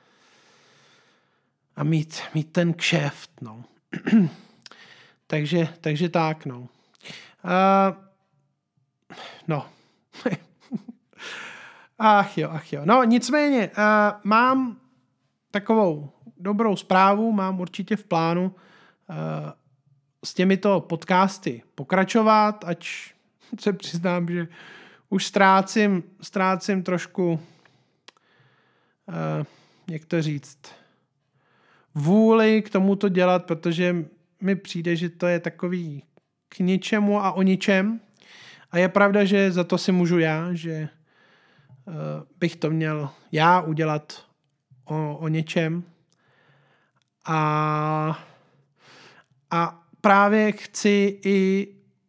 a mít, mít ten kšeft, no. takže, takže tak, no. Uh, no. ach jo, ach jo. No, nicméně, uh, mám takovou dobrou zprávu, mám určitě v plánu uh, s těmito podcasty pokračovat, ač se přiznám, že už ztrácím, ztrácím trošku, uh, jak to říct, vůli k tomuto dělat, protože mi přijde, že to je takový k ničemu a o ničem. A je pravda, že za to si můžu já, že uh, bych to měl já udělat o, o něčem. A, a právě chci i,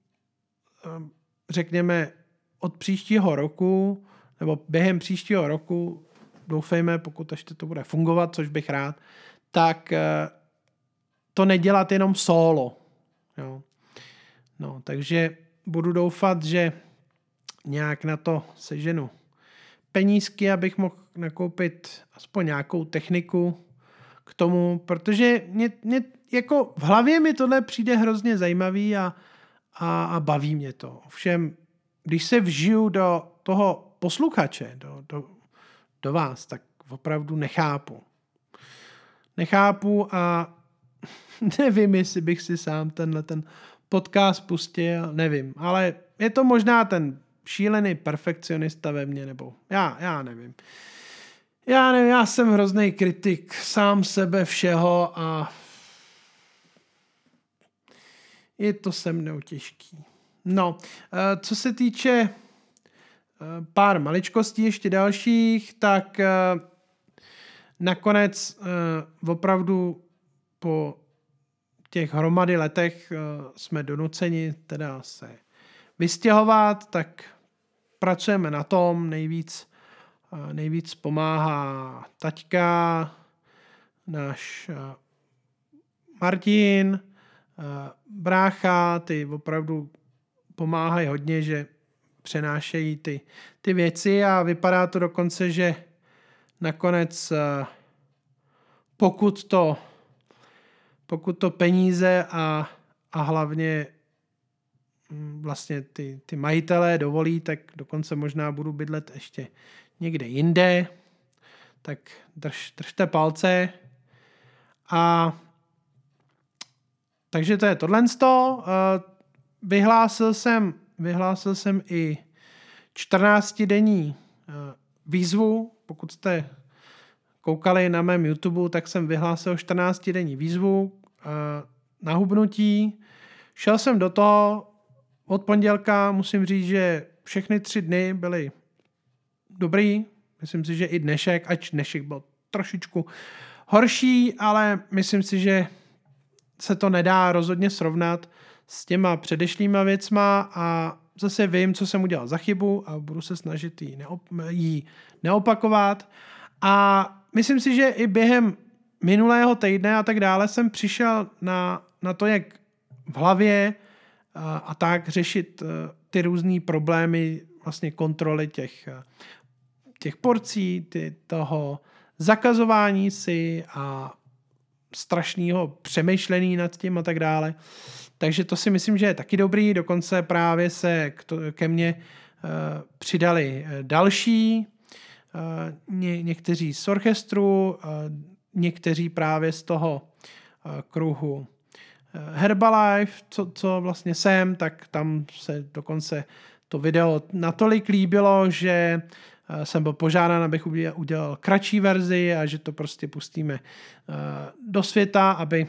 řekněme, od příštího roku, nebo během příštího roku, doufejme, pokud ještě to bude fungovat, což bych rád, tak to nedělat jenom solo. Jo. No, takže budu doufat, že nějak na to seženu penízky, abych mohl nakoupit aspoň nějakou techniku k tomu, protože mě, mě, jako v hlavě mi tohle přijde hrozně zajímavý a, a, a baví mě to. Ovšem, když se vžiju do toho posluchače, do, do, do vás, tak opravdu nechápu. Nechápu a nevím, jestli bych si sám tenhle ten podcast pustil, nevím, ale je to možná ten šílený perfekcionista ve mně, nebo já, já nevím. Já nevím, já jsem hrozný kritik sám sebe všeho a je to se mnou těžký. No, co se týče pár maličkostí ještě dalších, tak nakonec opravdu po těch hromady letech jsme donuceni teda se vystěhovat, tak pracujeme na tom, nejvíc Nejvíc pomáhá taťka, náš Martin, brácha, ty opravdu pomáhají hodně, že přenášejí ty, ty věci a vypadá to dokonce, že nakonec pokud to, pokud to peníze a, a hlavně vlastně ty, ty majitelé dovolí, tak dokonce možná budu bydlet ještě někde jinde, tak drž, držte palce. A takže to je tohle. Vyhlásil jsem, vyhlásil jsem i čtrnáctidenní výzvu. Pokud jste koukali na mém YouTube, tak jsem vyhlásil čtrnáctidenní výzvu na hubnutí. Šel jsem do toho od pondělka, musím říct, že všechny tři dny byly dobrý. Myslím si, že i dnešek, ač dnešek byl trošičku horší, ale myslím si, že se to nedá rozhodně srovnat s těma předešlýma věcma a zase vím, co jsem udělal za chybu a budu se snažit jí, neop- jí neopakovat. A myslím si, že i během minulého týdne a tak dále jsem přišel na, na to, jak v hlavě a, a tak řešit ty různý problémy vlastně kontroly těch, těch porcí, ty, toho zakazování si a strašného přemýšlení nad tím a tak dále. Takže to si myslím, že je taky dobrý. Dokonce právě se k to, ke mně uh, přidali další, uh, ně, někteří z orchestru, uh, někteří právě z toho uh, kruhu uh, Herbalife, co, co vlastně jsem, tak tam se dokonce to video natolik líbilo, že uh, jsem byl požádán, abych udělal kratší verzi a že to prostě pustíme uh, do světa, aby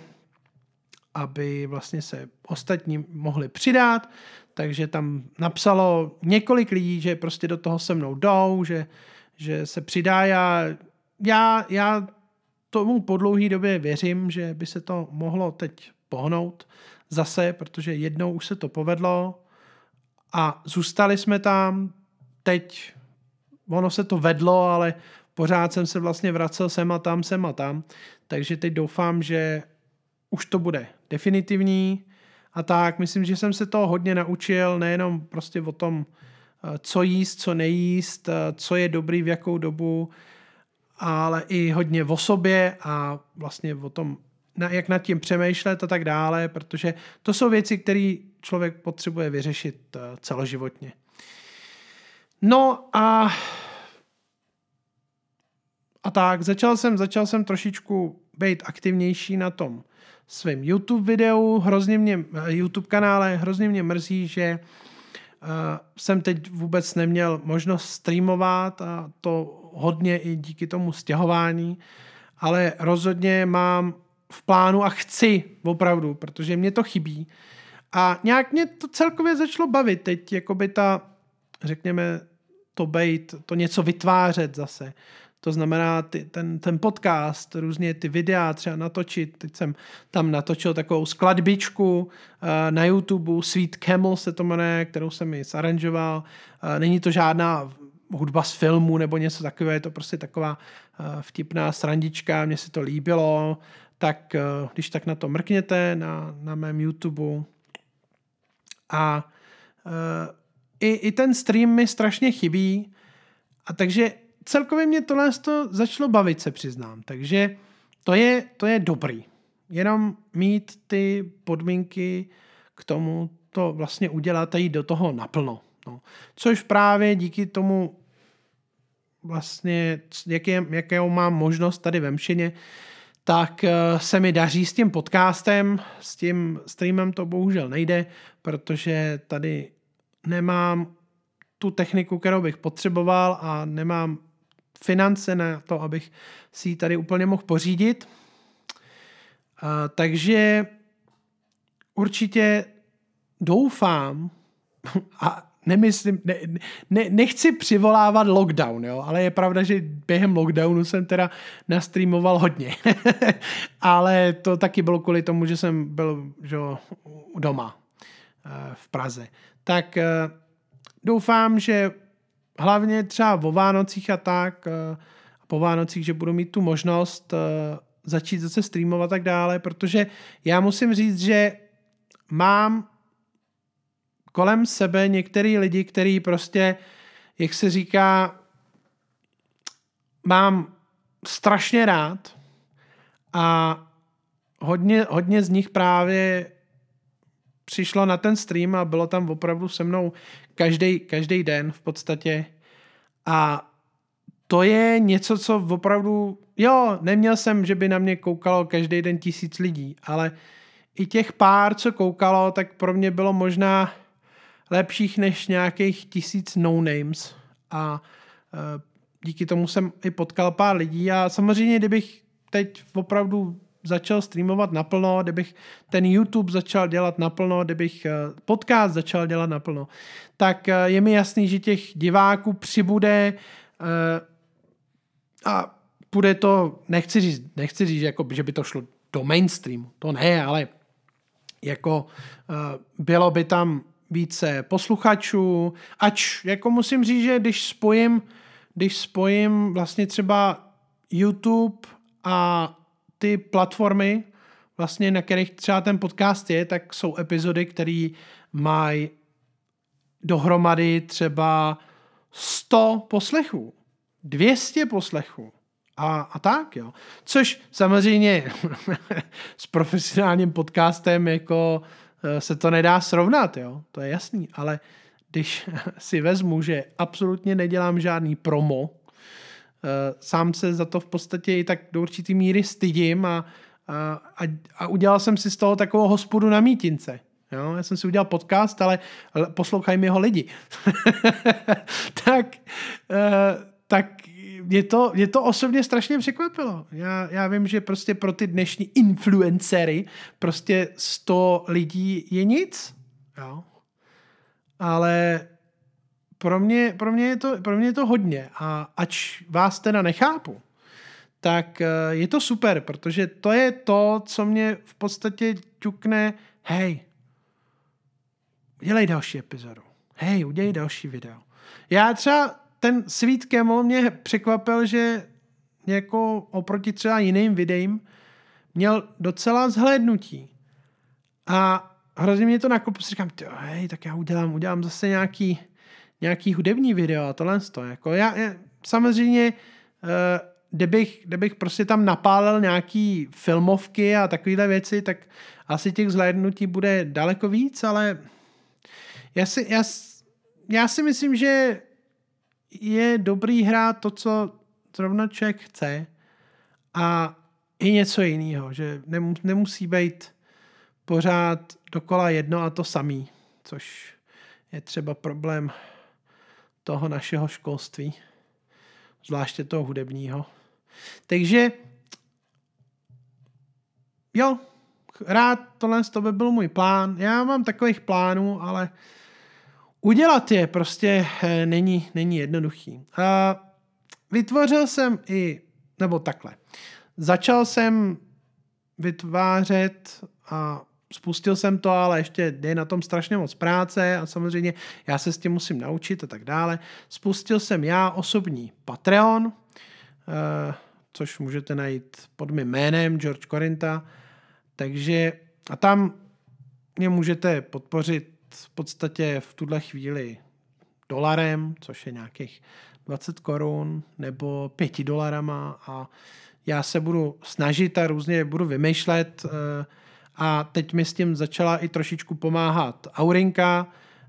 aby vlastně se ostatní mohli přidat, takže tam napsalo několik lidí, že prostě do toho se mnou jdou, že, že se přidá. Já, já, já tomu po dlouhé době věřím, že by se to mohlo teď pohnout zase, protože jednou už se to povedlo a zůstali jsme tam. Teď ono se to vedlo, ale pořád jsem se vlastně vracel sem a tam, sem a tam. Takže teď doufám, že už to bude definitivní a tak. Myslím, že jsem se toho hodně naučil, nejenom prostě o tom, co jíst, co nejíst, co je dobrý v jakou dobu, ale i hodně o sobě a vlastně o tom, jak nad tím přemýšlet a tak dále, protože to jsou věci, které člověk potřebuje vyřešit celoživotně. No a a tak, začal jsem, začal jsem trošičku být aktivnější na tom svém YouTube videu, hrozně mě, YouTube kanále, hrozně mě mrzí, že uh, jsem teď vůbec neměl možnost streamovat a to hodně i díky tomu stěhování, ale rozhodně mám v plánu a chci opravdu, protože mě to chybí. A nějak mě to celkově začalo bavit teď, jakoby ta, řekněme, to bejt, to něco vytvářet zase. To znamená ty, ten, ten podcast, různě ty videa třeba natočit. Teď jsem tam natočil takovou skladbičku uh, na YouTube, Sweet Camel se to jmenuje, kterou jsem ji zaranžoval. Uh, není to žádná hudba z filmu nebo něco takového, je to prostě taková uh, vtipná srandička, mně se to líbilo. Tak uh, když tak na to mrkněte na, na mém YouTube. A uh, i, i ten stream mi strašně chybí. A takže celkově mě tohle to začalo bavit, se přiznám. Takže to je, to je dobrý. Jenom mít ty podmínky k tomu to vlastně udělat a jít do toho naplno. No. Což právě díky tomu vlastně, jaké, jakou mám možnost tady ve Mšině, tak se mi daří s tím podcastem, s tím streamem to bohužel nejde, protože tady nemám tu techniku, kterou bych potřeboval a nemám finance na to, abych si ji tady úplně mohl pořídit. A, takže určitě doufám a nemyslím, ne, ne, nechci přivolávat lockdown, jo, ale je pravda, že během lockdownu jsem teda nastreamoval hodně. Ale to taky bylo kvůli tomu, že jsem byl že, doma v Praze. Tak doufám, že hlavně třeba o Vánocích a tak, a po Vánocích, že budu mít tu možnost začít zase streamovat a tak dále, protože já musím říct, že mám kolem sebe některý lidi, který prostě, jak se říká, mám strašně rád a hodně, hodně z nich právě přišlo na ten stream a bylo tam opravdu se mnou každý, každý den v podstatě. A to je něco, co opravdu, jo, neměl jsem, že by na mě koukalo každý den tisíc lidí, ale i těch pár, co koukalo, tak pro mě bylo možná lepších než nějakých tisíc no-names. A e, díky tomu jsem i potkal pár lidí a samozřejmě, kdybych teď opravdu začal streamovat naplno, kdybych ten YouTube začal dělat naplno, kdybych podcast začal dělat naplno, tak je mi jasný, že těch diváků přibude a bude to, nechci říct, nechci říct jako, že by to šlo do mainstreamu, to ne, ale jako bylo by tam více posluchačů, ač jako musím říct, že když spojím, když spojím vlastně třeba YouTube a ty platformy, vlastně, na kterých třeba ten podcast je, tak jsou epizody, které mají dohromady třeba sto poslechů, dvě stě poslechů a, a tak, jo. Což samozřejmě s profesionálním podcastem jako se to nedá srovnat, jo. To je jasný, ale když si vezmu, že absolutně nedělám žádný promo, sám se za to v podstatě i tak do určitý míry stydím a, a, a udělal jsem si z toho takovou hospodu na mítince. Jo? Já jsem si udělal podcast, ale poslouchají mi ho lidi. tak tak mě to, mě to osobně strašně překvapilo. Já, já vím, že prostě pro ty dnešní influencery prostě sto lidí je nic. Jo? Ale pro mě, pro mě, je to, pro mě je to hodně a ač vás teda nechápu, tak je to super, protože to je to, co mě v podstatě ťukne, hej, udělej další epizodu, hej, udělej další video. Já třeba ten Sweet Camel mě překvapil, že jako oproti třeba jiným videím měl docela zhlédnutí. A hrozně mě to nakoplo, si říkám, hej, tak já udělám, udělám zase nějaký, nějaký hudební video a tohle to. Jako já, já samozřejmě, uh, kdybych, kdybych prostě tam napálil nějaký filmovky a takovéhle věci, tak asi těch zhlédnutí bude daleko víc, ale já si, já, já si myslím, že je dobrý hrát to, co zrovna člověk chce a i něco jiného, že nemusí být pořád dokola jedno a to samý, což je třeba problém toho našeho školství, zvláště toho hudebního. Takže jo, rád tohle to by byl můj plán. Já mám takových plánů, ale udělat je prostě není, není jednoduchý. A vytvořil jsem i, nebo takhle, začal jsem vytvářet a spustil jsem to, ale ještě je na tom strašně moc práce a samozřejmě já se s tím musím naučit a tak dále. Spustil jsem já osobní Patreon, což můžete najít pod mým jménem George Korinta, takže a tam mě můžete podpořit v podstatě v tuhle chvíli dolarem, což je nějakých dvacet korun nebo pěti dolarama a já se budu snažit a různě budu vymýšlet a teď mi s tím začala i trošičku pomáhat Aurinka,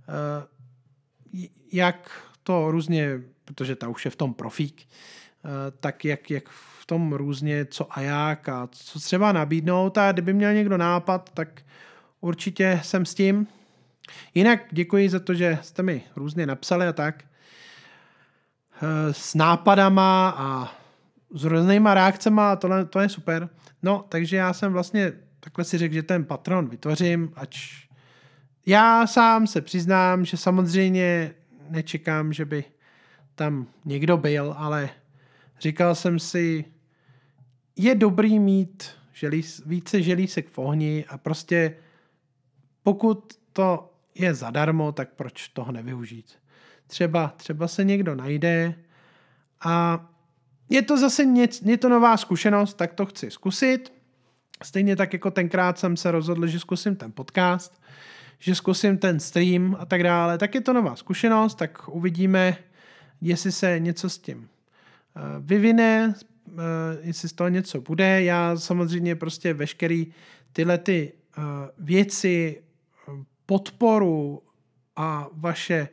jak to různě, protože ta už je v tom profík, tak jak, jak v tom různě co a jak a co třeba nabídnout a kdyby měl někdo nápad, tak určitě jsem s tím. Jinak děkuji za to, že jste mi různě napsali a tak s nápadama a s různýma reakcema a tohle, to je super. No, takže já jsem vlastně takhle si řekl, že ten Patreon vytvořím, ač já sám se přiznám, že samozřejmě nečekám, že by tam někdo byl, ale říkal jsem si, je dobrý mít želí, více želísek v ohni a prostě pokud to je zadarmo, tak proč toho nevyužít? Třeba, třeba se někdo najde a je to zase něco, je to nová zkušenost, tak to chci zkusit. Stejně tak jako tenkrát jsem se rozhodl, že zkusím ten podcast, že zkusím ten stream a tak dále, tak je to nová zkušenost, tak uvidíme, jestli se něco s tím vyvine, jestli z toho něco bude. Já samozřejmě prostě veškerý tyhle ty věci, podporu a vaše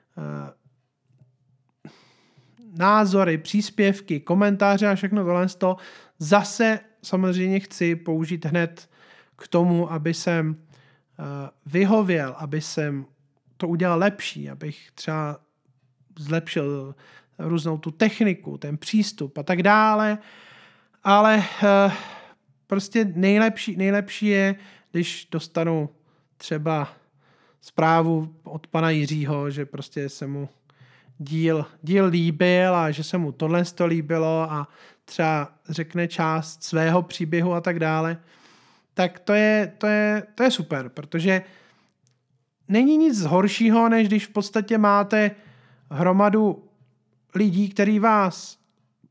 názory, příspěvky, komentáře a všechno tohle to zase samozřejmě chci použít hned k tomu, aby jsem vyhověl, aby jsem to udělal lepší, abych třeba zlepšil různou tu techniku, ten přístup a tak dále. Ale prostě nejlepší, nejlepší je, když dostanu třeba zprávu od pana Jiřího, že prostě se mu díl, díl líbil a že se mu tohle to líbilo a třeba řekne část svého příběhu a tak dále, tak to je, to je, to je super, protože není nic horšího, než když v podstatě máte hromadu lidí, kteří vás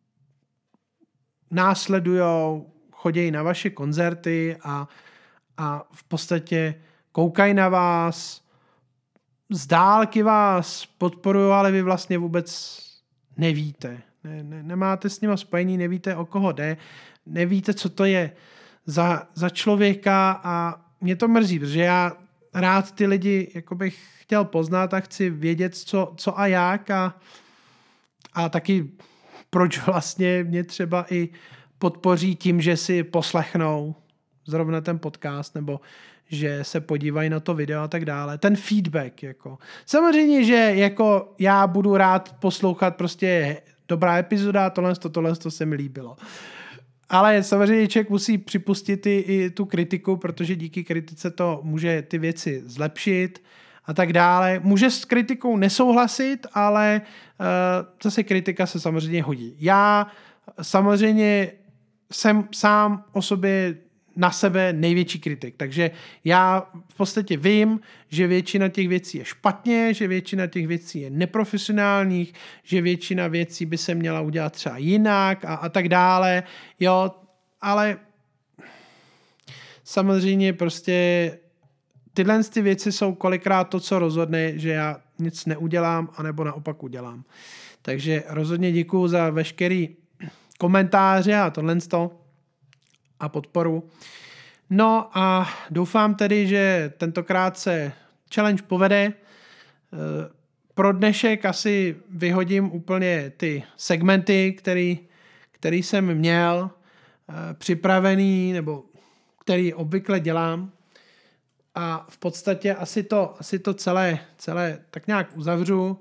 následujou, chodí na vaše koncerty a, a v podstatě koukají na vás, z dálky vás podporují, ale vy vlastně vůbec nevíte. Ne, ne, nemáte s nima spojení, nevíte, o koho jde, nevíte, co to je za, za člověka a mě to mrzí, protože já rád ty lidi jako bych chtěl poznat a chci vědět, co, co a jak a, a taky proč vlastně mě třeba i podpoří tím, že si poslechnou zrovna ten podcast nebo že se podívají na to video a tak dále. Ten feedback, jako. Samozřejmě, že jako já budu rád poslouchat prostě dobrá epizoda, tohle, to, tohle, to se mi líbilo. Ale samozřejmě člověk musí připustit i, i tu kritiku, protože díky kritice to může ty věci zlepšit a tak dále. Může s kritikou nesouhlasit, ale uh, zase kritika se samozřejmě hodí. Já samozřejmě jsem sám o sobě na sebe největší kritik, takže já v podstatě vím, že většina těch věcí je špatně, že většina těch věcí je neprofesionálních, že většina věcí by se měla udělat třeba jinak a, a tak dále, jo, ale samozřejmě prostě tyhle ty věci jsou kolikrát to, co rozhodne, že já nic neudělám, anebo naopak udělám. Takže rozhodně děkuju za veškerý komentáře a tohle a podporu. No a doufám tedy, že tentokrát se challenge povede. Pro dnešek asi vyhodím úplně ty segmenty, který, který jsem měl připravený, nebo který obvykle dělám. A v podstatě asi to, asi to celé, celé tak nějak uzavřu.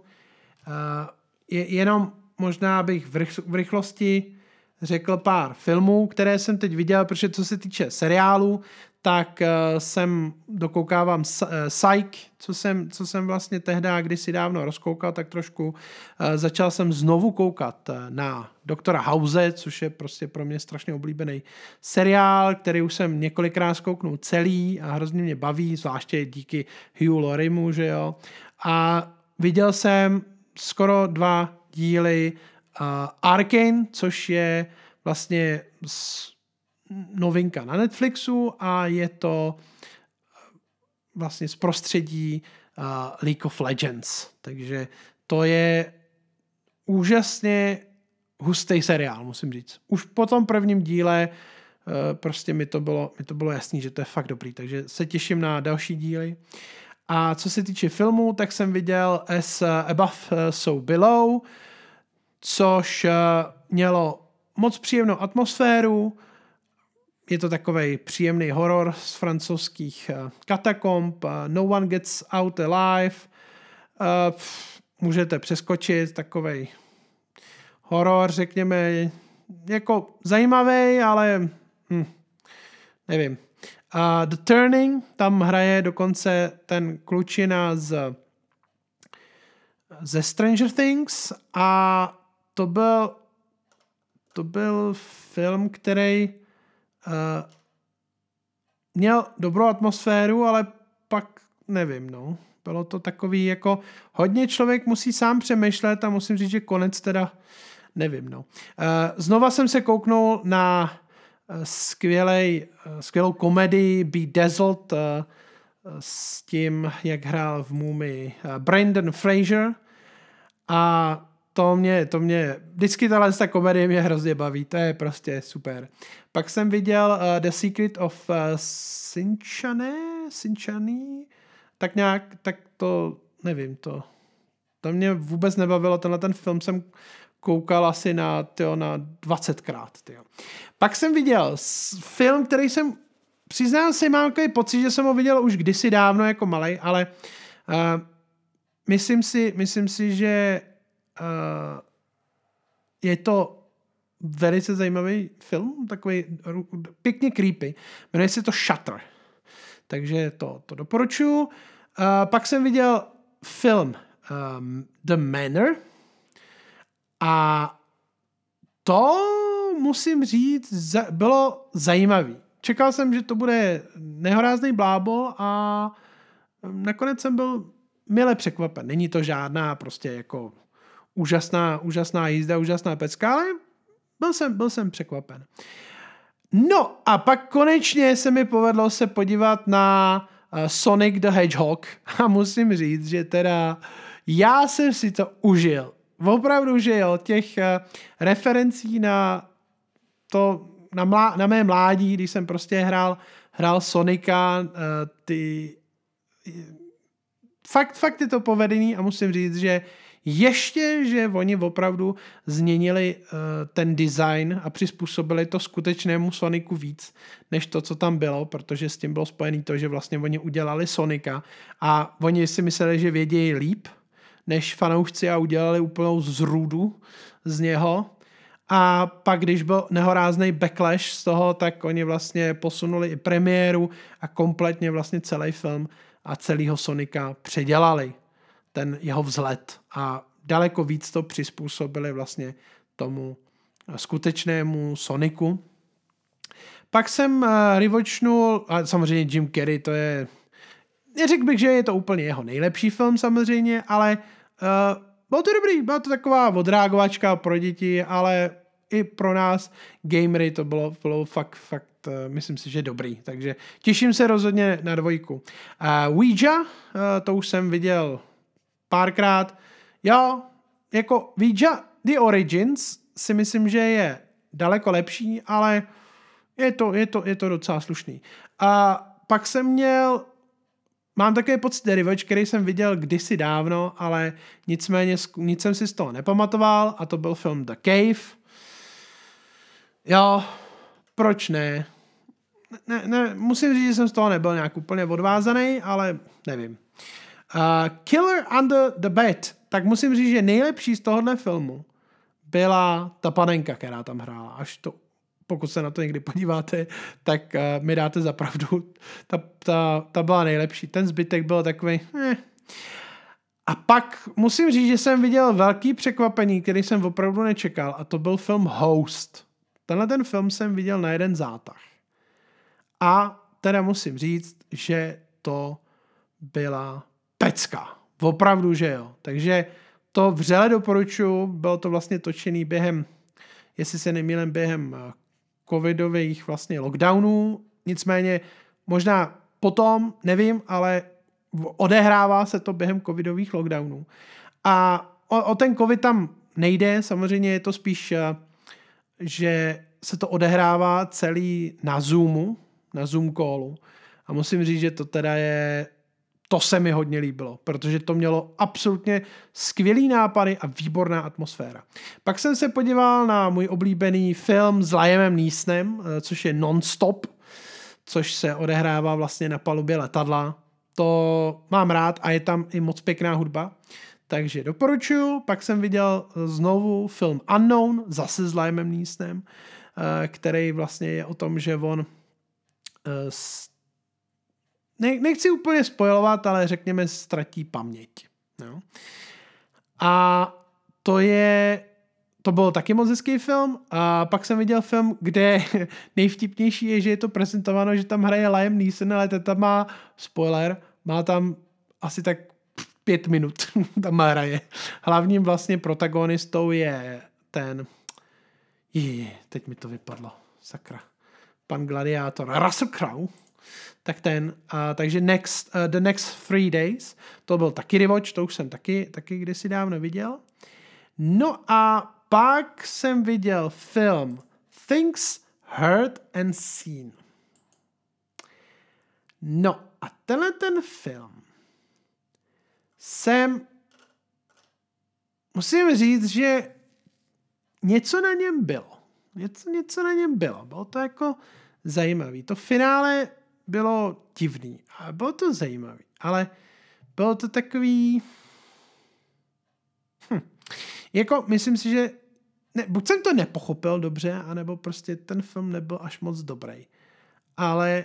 Je, jenom možná bych v rychlosti řekl pár filmů, které jsem teď viděl, protože co se týče seriálu, tak uh, jsem dokoukávám uh, Psych, co jsem, co jsem vlastně tehdy kdysi dávno rozkoukal, tak trošku uh, začal jsem znovu koukat uh, na doktora House, což je prostě pro mě strašně oblíbený seriál, který už jsem několikrát zkouknul celý a hrozně mě baví, zvláště díky Hugh Lauriemu, že jo. A viděl jsem skoro dva díly uh, Arcane, což je vlastně novinka na Netflixu a je to vlastně z prostředí uh, League of Legends. Takže to je úžasně hustý seriál, musím říct. Už po tom prvním díle uh, prostě mi to bylo, mi to bylo jasný, že to je fakt dobrý, takže se těším na další díly. A co se týče filmu, tak jsem viděl As Above, So Below, což uh, mělo moc příjemnou atmosféru. Je to takovej příjemný horor z francouzských uh, katakomb. Uh, No One Gets Out Alive. Uh, pff, můžete přeskočit takovej horor, řekněme, jako zajímavý, ale hm, nevím. Uh, The Turning, tam hraje dokonce ten klučina z ze Stranger Things a to byl to byl film, který uh, měl dobrou atmosféru, ale pak nevím, no. Bylo to takový jako hodně člověk musí sám přemýšlet a musím říct, že konec teda nevím, no. Uh, znova jsem se kouknul na uh, skvělej, uh, skvělou komedii Be Dazzled uh, s tím, jak hrál v Mumii uh, Brendan Fraser a to mě, to mě, vždycky tahle ta komedie mě hrozně baví, to je prostě super. Pak jsem viděl uh, The Secret of uh, Sinchane, Sinchani, tak nějak, tak to, nevím, to, to mě vůbec nebavilo, tenhle ten film jsem koukal asi na, tyjo, na dvacetkrát, tyjo. Pak jsem viděl film, který jsem, přiznám si, mám takový pocit, že jsem ho viděl už kdysi dávno jako malej, ale uh, myslím si, myslím si, že uh, je to velice zajímavý film, takový pěkně creepy. Jmenuje se to Shutter. Takže to, to doporučuji. Uh, pak jsem viděl film um, The Manor a to musím říct, za, bylo zajímavý. Čekal jsem, že to bude nehorázný blábol a nakonec jsem byl mile překvapen. Není to žádná prostě jako úžasná, úžasná jízda, úžasná pecka, ale byl jsem, byl jsem překvapen. No a pak konečně se mi povedlo se podívat na uh, Sonic the Hedgehog a musím říct, že teda já jsem si to užil. Opravdu, že jo, těch uh, referencí na to, na, mlá, na mé mládí, když jsem prostě hrál, hrál Sonika, uh, ty fakt, fakt je to povedený a musím říct, že ještě, že oni opravdu změnili uh, ten design a přizpůsobili to skutečnému Sonicu víc, než to, co tam bylo, protože s tím bylo spojený to, že vlastně oni udělali Sonika a oni si mysleli, že vědějí líp než fanoušci a udělali úplnou zrůdu z něho. A pak, když byl nehorázný backlash z toho, tak oni vlastně posunuli i premiéru a kompletně vlastně celý film a celého Sonika předělali ten jeho vzhled a daleko víc to přizpůsobili vlastně tomu skutečnému Soniku. Pak jsem uh, rewatchnul, a samozřejmě Jim Carrey, to je, neřekl bych, že je to úplně jeho nejlepší film samozřejmě, ale uh, bylo to dobrý, byla to taková odreagovačka pro děti, ale i pro nás gamery to bylo, bylo fakt, fakt, uh, myslím si, že dobrý, takže těším se rozhodně na dvojku. Uh, Ouija, uh, to už jsem viděl párkrát, jo, jako Ouija The Origins si myslím, že je daleko lepší, ale je to, je to, je to docela slušný. A pak jsem měl, mám takový pocit rewatch, který jsem viděl kdysi dávno, ale nicméně nic jsem si z toho nepamatoval a to byl film The Cave. Jo, proč ne? Ne, ne, musím říct, že jsem z toho nebyl nějak úplně odvázaný, ale nevím. Uh, Killer Under the Bed, tak musím říct, že nejlepší z tohohle filmu byla ta panenka, která tam hrála. Až to, pokud se na to někdy podíváte, tak uh, mi dáte za pravdu. Ta, ta, ta byla nejlepší. Ten zbytek byl takový. Eh. A pak musím říct, že jsem viděl velký překvapení, který jsem opravdu nečekal, a to byl film Host. Tenhle ten film jsem viděl na jeden zátah. A teda musím říct, že to byla pecka. Opravdu, že jo. Takže to vřele doporučuji. Bylo to vlastně točený během, jestli se nemýlím, během covidových vlastně lockdownů. Nicméně možná potom, nevím, ale odehrává se to během covidových lockdownů. A o, o ten covid tam nejde. Samozřejmě je to spíš, že se to odehrává celý na Zoomu, na Zoom callu. A musím říct, že to teda je, to se mi hodně líbilo, protože to mělo absolutně skvělý nápady a výborná atmosféra. Pak jsem se podíval na můj oblíbený film s Liamem Neesonem, což je Non-Stop, což se odehrává vlastně na palubě letadla. To mám rád a je tam i moc pěkná hudba. Takže doporučuju. Pak jsem viděl znovu film Unknown, zase s Liamem Neesonem, který vlastně je o tom, že on ne, nechci úplně spoilovat, ale řekněme ztratí paměť. No. A to je, to byl taky moc hezký film. A pak jsem viděl film, kde nejvtipnější je, že je to prezentováno, že tam hraje Liam Neeson, ale ten tam má, spoiler, má tam asi tak pět minut tam hraje. Hlavním vlastně protagonistou je ten, je, teď mi to vypadlo, sakra, pan Gladiátor, Russell Crowe, tak ten, uh, takže next, uh, The Next Three Days, to byl taky rewatch, to už jsem taky, taky kdysi dávno viděl. No a pak jsem viděl film Things Heard and Seen. No a tenhle ten film jsem, musím říct, že něco na něm bylo. Něco, něco na něm bylo. Bylo to jako zajímavý. To finále bylo divný a bylo to zajímavý, ale bylo to takový, hm. jako myslím si, že ne, buď jsem to nepochopil dobře, anebo prostě ten film nebyl až moc dobrý. Ale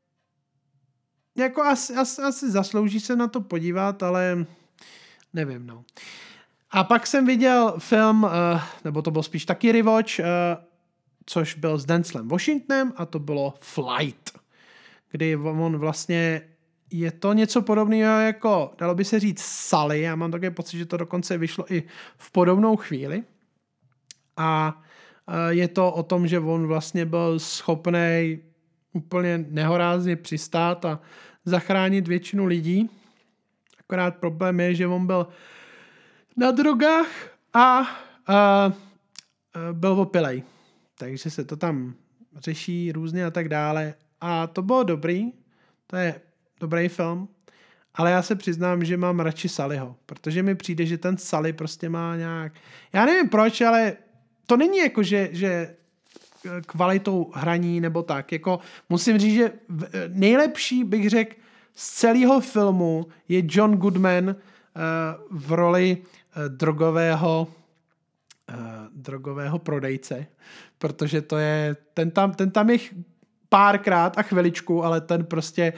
jako asi, asi, asi zaslouží se na to podívat, ale nevím, no. A pak jsem viděl film, uh, nebo to byl spíš taky rewatch, uh, což byl s Denzelem Washingtonem a to bylo Flight, kdy on vlastně, je to něco podobného jako, dalo by se říct Sully, já mám takový pocit, že to dokonce vyšlo i v podobnou chvíli. A uh, je to o tom, že on vlastně byl schopný úplně nehorázně přistát a zachránit většinu lidí. Akorát problém je, že on byl na drogách a, a byl opilej. Takže se to tam řeší různě a tak dále. A to bylo dobrý. To je dobrý film. Ale já se přiznám, že mám radši Sullyho. Protože mi přijde, že ten Sully prostě má nějak... Já nevím proč, ale to není jako, že, že kvalitou hraní nebo tak. Jako musím říct, že nejlepší bych řekl z celého filmu je John Goodman uh, v roli uh, drogového uh, drogového prodejce, protože to je ten tam, ten tam je párkrát a chviličku, ale ten prostě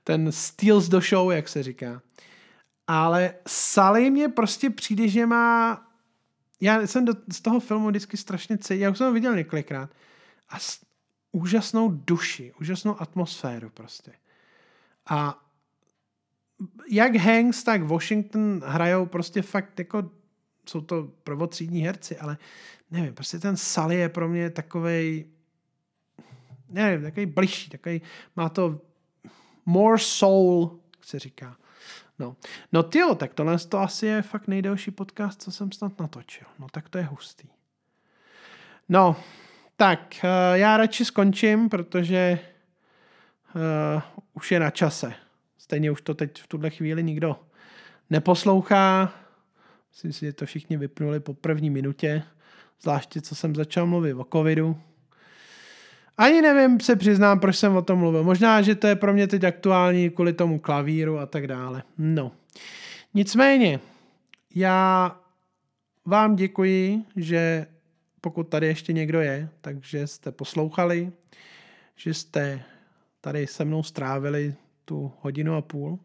ten steals the show, jak se říká. Ale Sully mě prostě přijde, že má... Já jsem do, z toho filmu vždycky strašně cítil, já už jsem ho viděl několikrát. A s, úžasnou duši, úžasnou atmosféru prostě. A jak Hanks, tak Washington hrajou prostě fakt jako, jsou to prvotřídní herci, ale nevím, prostě ten Sully je pro mě takovej, nevím, takový bližší, takový, má to more soul, jak se říká. No, no tyjo, tak tohle to asi je fakt nejdelší podcast, co jsem snad natočil. No tak to je hustý. No, tak uh, já radši skončím, protože uh, už je na čase. Stejně už to teď v tuhle chvíli nikdo neposlouchá. Myslím si, že to všichni vypnuli po první minutě, zvláště co jsem začal mluvit o covidu. Ani nevím, se přiznám, proč jsem o tom mluvil. Možná, že to je pro mě teď aktuální kvůli tomu klavíru a tak dále. No. Nicméně, já vám děkuji, že pokud tady ještě někdo je, takže jste poslouchali, že jste tady se mnou strávili tu hodinu a půl.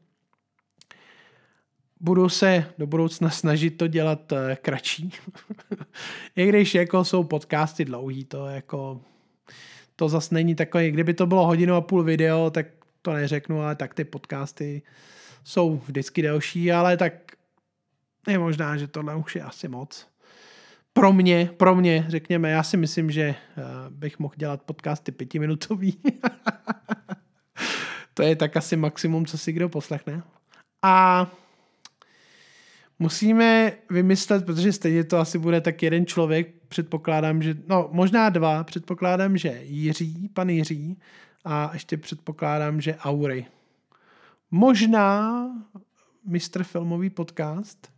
Budu se do budoucna snažit to dělat uh, kratší. I když jako jsou podcasty dlouhý, to jako to zase není takový, kdyby to bylo hodinu a půl video, tak to neřeknu, ale tak ty podcasty jsou vždycky delší, ale tak je možná, že tohle už je asi moc. Pro mě, pro mě, řekněme, já si myslím, že uh, bych mohl dělat podcasty pětiminutový. To je tak asi maximum, co si kdo poslechne. A musíme vymyslet, protože stejně to asi bude tak jeden člověk, předpokládám, že, no možná dva, předpokládám, že Jiří, pan Jiří, a ještě předpokládám, že Aury. Možná mistr filmový podcast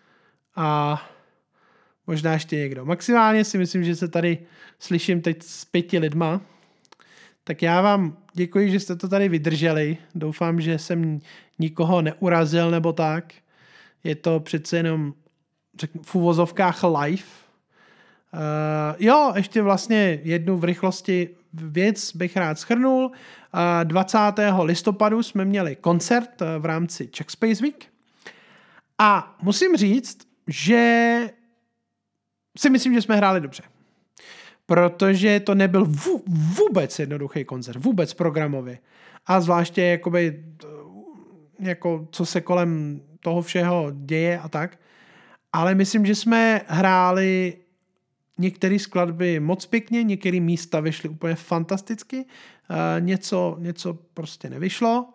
a možná ještě někdo. Maximálně si myslím, že se tady slyším teď s pěti lidma. Tak já vám děkuji, že jste to tady vydrželi. Doufám, že jsem nikoho neurazil nebo tak. Je to přece jenom, řeknu, v uvozovkách live. Uh, jo, ještě vlastně jednu v rychlosti věc bych rád shrnul. Uh, dvacátého listopadu jsme měli koncert uh, v rámci Czech Space Week. A musím říct, že si myslím, že jsme hráli dobře. Protože to nebyl vůbec jednoduchý koncert, vůbec programově. A zvláště jakoby, jako co se kolem toho všeho děje a tak. Ale myslím, že jsme hráli některé skladby moc pěkně, některé místa vyšly úplně fantasticky, něco, něco prostě nevyšlo,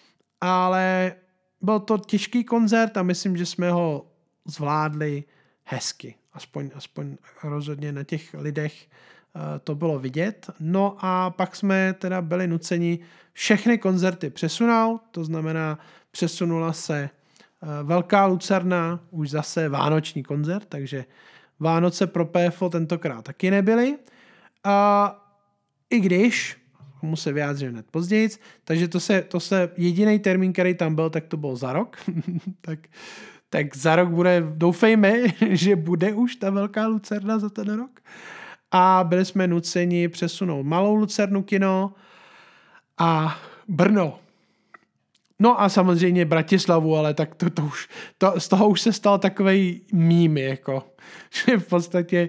ale byl to těžký koncert a myslím, že jsme ho zvládli hezky. Aspoň, aspoň rozhodně na těch lidech to bylo vidět. No a pak jsme teda byli nuceni všechny koncerty přesunout, to znamená přesunula se Velká Lucerna, už zase vánoční koncert, takže Vánoce pro P F O tentokrát taky nebyly. A i když, mu se vyjádřím hned později, takže to se, to se jediný termín, který tam byl, tak to byl za rok. tak, tak za rok bude, doufejme, že bude už ta Velká Lucerna za ten rok. A byli jsme nuceni přesunout Malou Lucernu kino a Brno. No a samozřejmě Bratislavu, ale tak to, to už, to, z toho už se stal takovej mím, jako, že v podstatě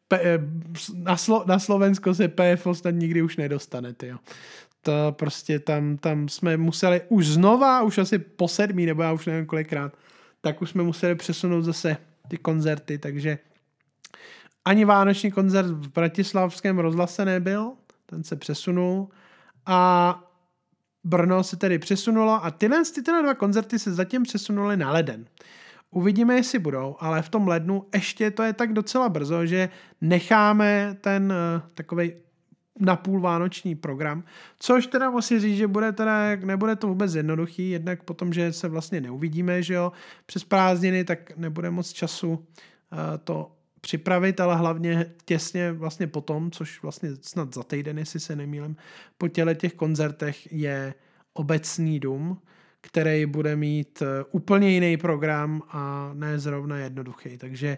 na, Slo, na Slovensko se P F O snad nikdy už nedostane, tyjo. To prostě tam, tam jsme museli už znova, už asi po sedmý, nebo já už nevím kolikrát, tak už jsme museli přesunout zase ty koncerty, takže ani vánoční koncert v bratislavském rozhlase nebyl, ten se přesunul a Brno se tedy přesunulo a tyhle, tyhle dva koncerty se zatím přesunuly na leden. Uvidíme, jestli budou, ale v tom lednu ještě to je tak docela brzo, že necháme ten uh, takovej napůl vánoční program, což teda musím říct, že bude teda, nebude to vůbec jednoduchý, jednak potom, že se vlastně neuvidíme, že jo, přes prázdniny, tak nebude moc času uh, to připravit, ale hlavně těsně vlastně potom, což vlastně snad za týden, jestli se nemýlím, po těle těch koncertech je Obecný dům, který bude mít úplně jiný program a ne zrovna jednoduchý. Takže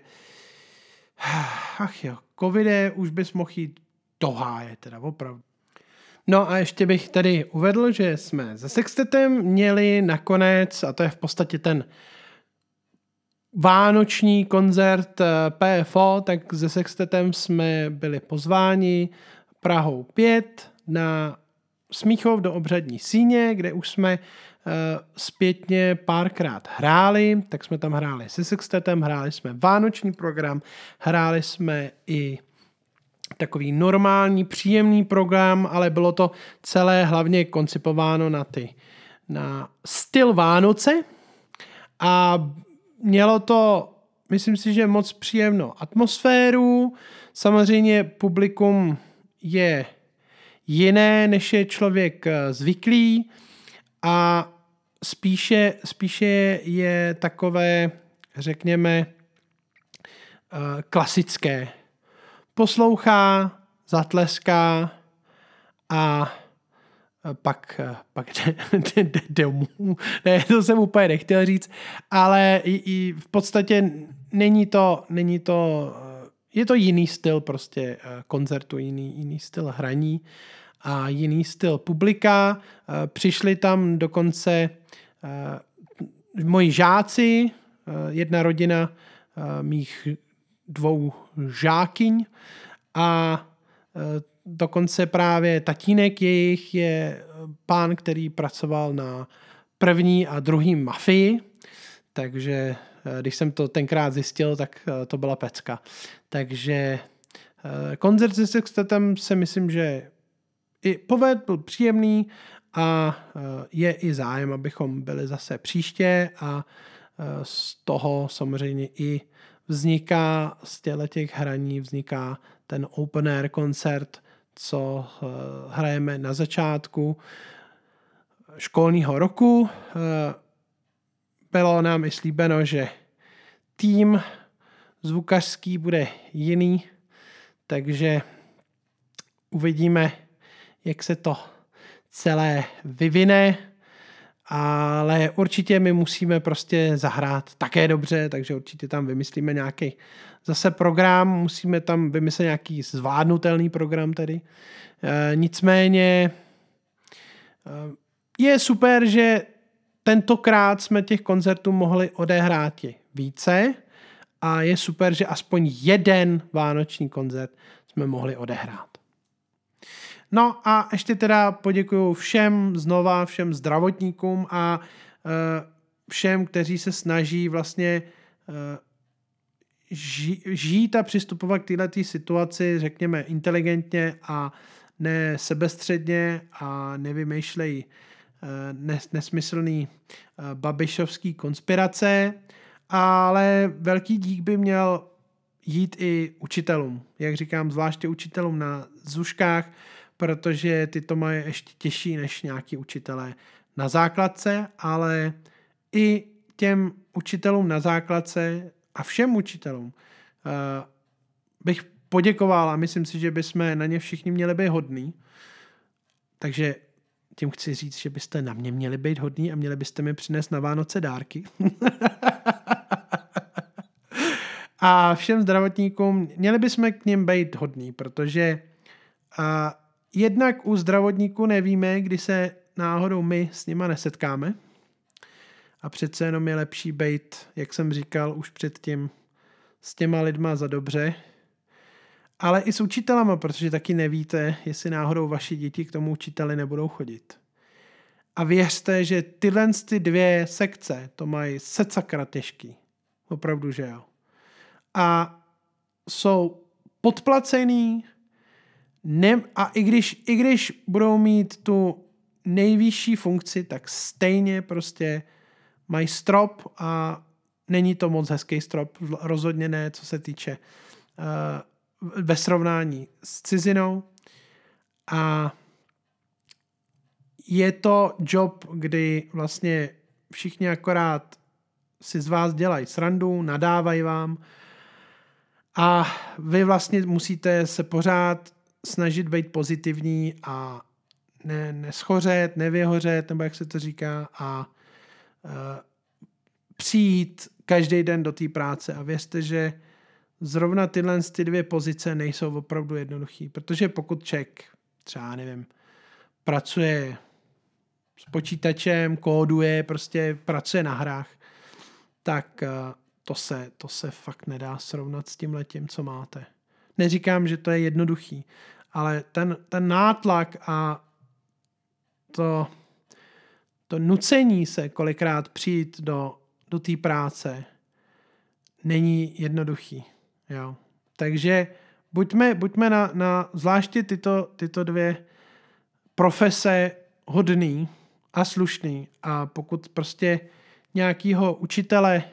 ach jo, covide už bys mohl jít do háje, teda opravdu. No a ještě bych tady uvedl, že jsme se sextetem měli nakonec, a to je v podstatě ten vánoční koncert P F O, tak se sextetem jsme byli pozváni Prahou pět na Smíchov do Obřadní síně, kde už jsme uh, zpětně párkrát hráli, tak jsme tam hráli se sextetem, hráli jsme vánoční program, hráli jsme i takový normální, příjemný program, ale bylo to celé hlavně koncipováno na ty, na styl Vánoce a mělo to, myslím si, že moc příjemnou atmosféru. Samozřejmě publikum je jiné, než je člověk zvyklý a spíše, spíše je takové, řekněme, klasické. Poslouchá, zatleská a pak, pak jde, jde domů. Ne, to jsem úplně nechtěl říct, ale i, i v podstatě není to, není to, je to jiný styl prostě koncertu, jiný, jiný styl hraní a jiný styl publika. Přišli tam dokonce moji žáci, jedna rodina mých dvou žákyň a dokonce právě tatínek jejich je pán, který pracoval na první a druhý Mafii, takže když jsem to tenkrát zjistil, tak to byla pecka. Takže koncert se sextetem se myslím, že i poved, byl příjemný a je i zájem, abychom byli zase příště a z toho samozřejmě i vzniká, z těch hraní vzniká ten open air koncert, co hrajeme na začátku školního roku. Bylo nám i slíbeno, že tým zvukařský bude jiný, takže uvidíme, jak se to celé vyvine, ale určitě my musíme prostě zahrát také dobře, takže určitě tam vymyslíme nějaký zase program, musíme tam vymyslet nějaký zvládnutelný program tedy. E, nicméně e, je super, že tentokrát jsme těch koncertů mohli odehrát více a je super, že aspoň jeden vánoční koncert jsme mohli odehrát. No a ještě teda poděkuju všem znova, všem zdravotníkům a uh, všem, kteří se snaží vlastně uh, ži, žít a přistupovat k této situaci, řekněme, inteligentně a ne sebestředně a nevymýšlejí uh, nes, nesmyslný uh, babišovský konspirace, ale velký dík by měl jít i učitelům. Jak říkám, zvláště učitelům na zuškách, protože ty to mají ještě těžší než nějaký učitelé na základce, ale i těm učitelům na základce a všem učitelům uh, bych poděkoval a myslím si, že bychom na ně všichni měli být hodní. Takže tím chci říct, že byste na mě měli být hodní a měli byste mi přinést na Vánoce dárky. A všem zdravotníkům měli bychom k nim být hodní, protože uh, jednak u zdravotníků nevíme, kdy se náhodou my s nima nesetkáme. A přece jenom je lepší být, jak jsem říkal už předtím, s těma lidma za dobře. Ale i s učitelama, protože taky nevíte, jestli náhodou vaši děti k tomu učiteli nebudou chodit. A věřte, že tyhle ty dvě sekce to mají secakra těžký. Opravdu, že jo. A jsou podplacený, Ne, a i když, i když budou mít tu nejvyšší funkci, tak stejně prostě mají strop a není to moc hezký strop, rozhodně ne, co se týče uh, ve srovnání s cizinou. A je to job, kdy vlastně všichni akorát si z vás dělají srandu, nadávají vám a vy vlastně musíte se pořád snažit být pozitivní a ne, neschořet, nevyhořet, nebo jak se to říká, a uh, přijít každý den do té práce. A věřte, že zrovna tyhle ty dvě pozice nejsou opravdu jednoduchý, protože pokud člověk třeba, nevím, pracuje s počítačem, kóduje, prostě pracuje na hrách, tak to se, to se fakt nedá srovnat s tím letím, co máte. Neříkám, že to je jednoduchý, ale ten, ten nátlak a to, to nucení se kolikrát přijít do, do té práce není jednoduchý. Jo. Takže buďme, buďme na, na zvláště tyto, tyto dvě profese hodný a slušný, a pokud prostě nějakýho učitele,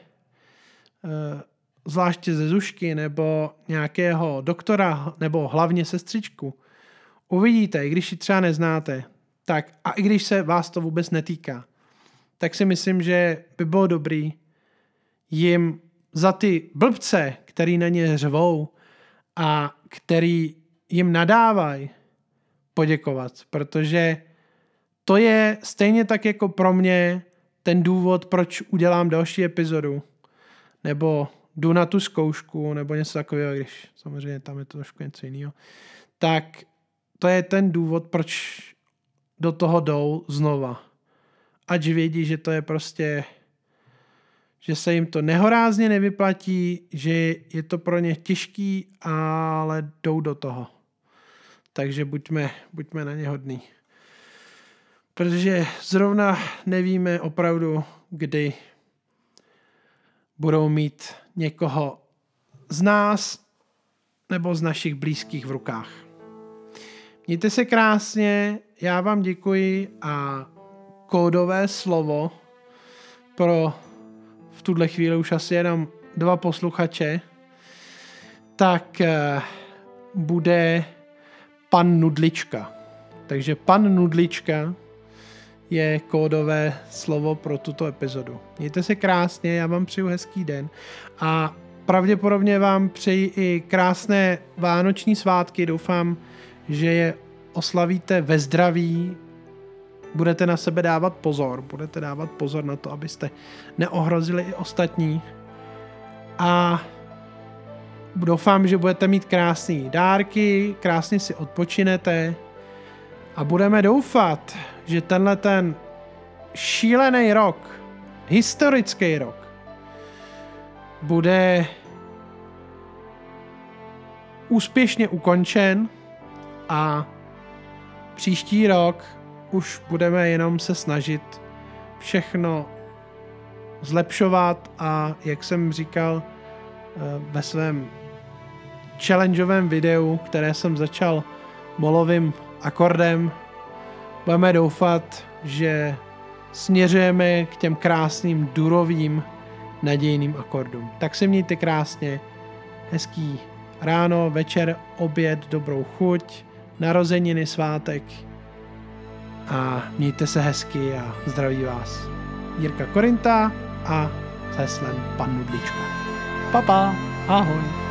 zvláště ze zušky, nebo nějakého doktora, nebo hlavně sestřičku, uvidíte, i když ji třeba neznáte, tak a i když se vás to vůbec netýká, tak si myslím, že by bylo dobrý jim za ty blbce, který na ně řvou a který jim nadávají, poděkovat, protože to je stejně tak jako pro mě ten důvod, proč udělám další epizodu, nebo jdu na tu zkoušku, nebo něco takového, když samozřejmě tam je to trošku něco jiného, tak to je ten důvod, proč do toho jdou znova. Ať vědí, že to je prostě, že se jim to nehorázně nevyplatí, že je to pro ně těžký, ale jdou do toho. Takže buďme, buďme na ně hodný. Protože zrovna nevíme opravdu, kdy budou mít někoho z nás nebo z našich blízkých v rukách. Mějte se krásně, já vám děkuji a kódové slovo pro v tuhle chvíli už asi jenom dva posluchače, tak bude pan Nudlička. Takže pan Nudlička je kódové slovo pro tuto epizodu. Mějte se krásně, já vám přeju hezký den a pravděpodobně vám přeji i krásné vánoční svátky. Doufám, že je oslavíte ve zdraví, budete na sebe dávat pozor, budete dávat pozor na to, abyste neohrozili i ostatní. A doufám, že budete mít krásné dárky, krásně si odpočinete a budeme doufat, že tenhle ten šílený rok, historický rok, bude úspěšně ukončen a příští rok už budeme jenom se snažit všechno zlepšovat a jak jsem říkal ve svém challengeovém videu, které jsem začal molovým akordem, budeme doufat, že směřujeme k těm krásným durovým nadějným akordům. Tak se mějte krásně, hezký ráno, večer, oběd, dobrou chuť, narozeniny, svátek a mějte se hezky a zdraví vás Jirka Korinta a s heslem Pan Nudlička. Pa, pa, ahoj.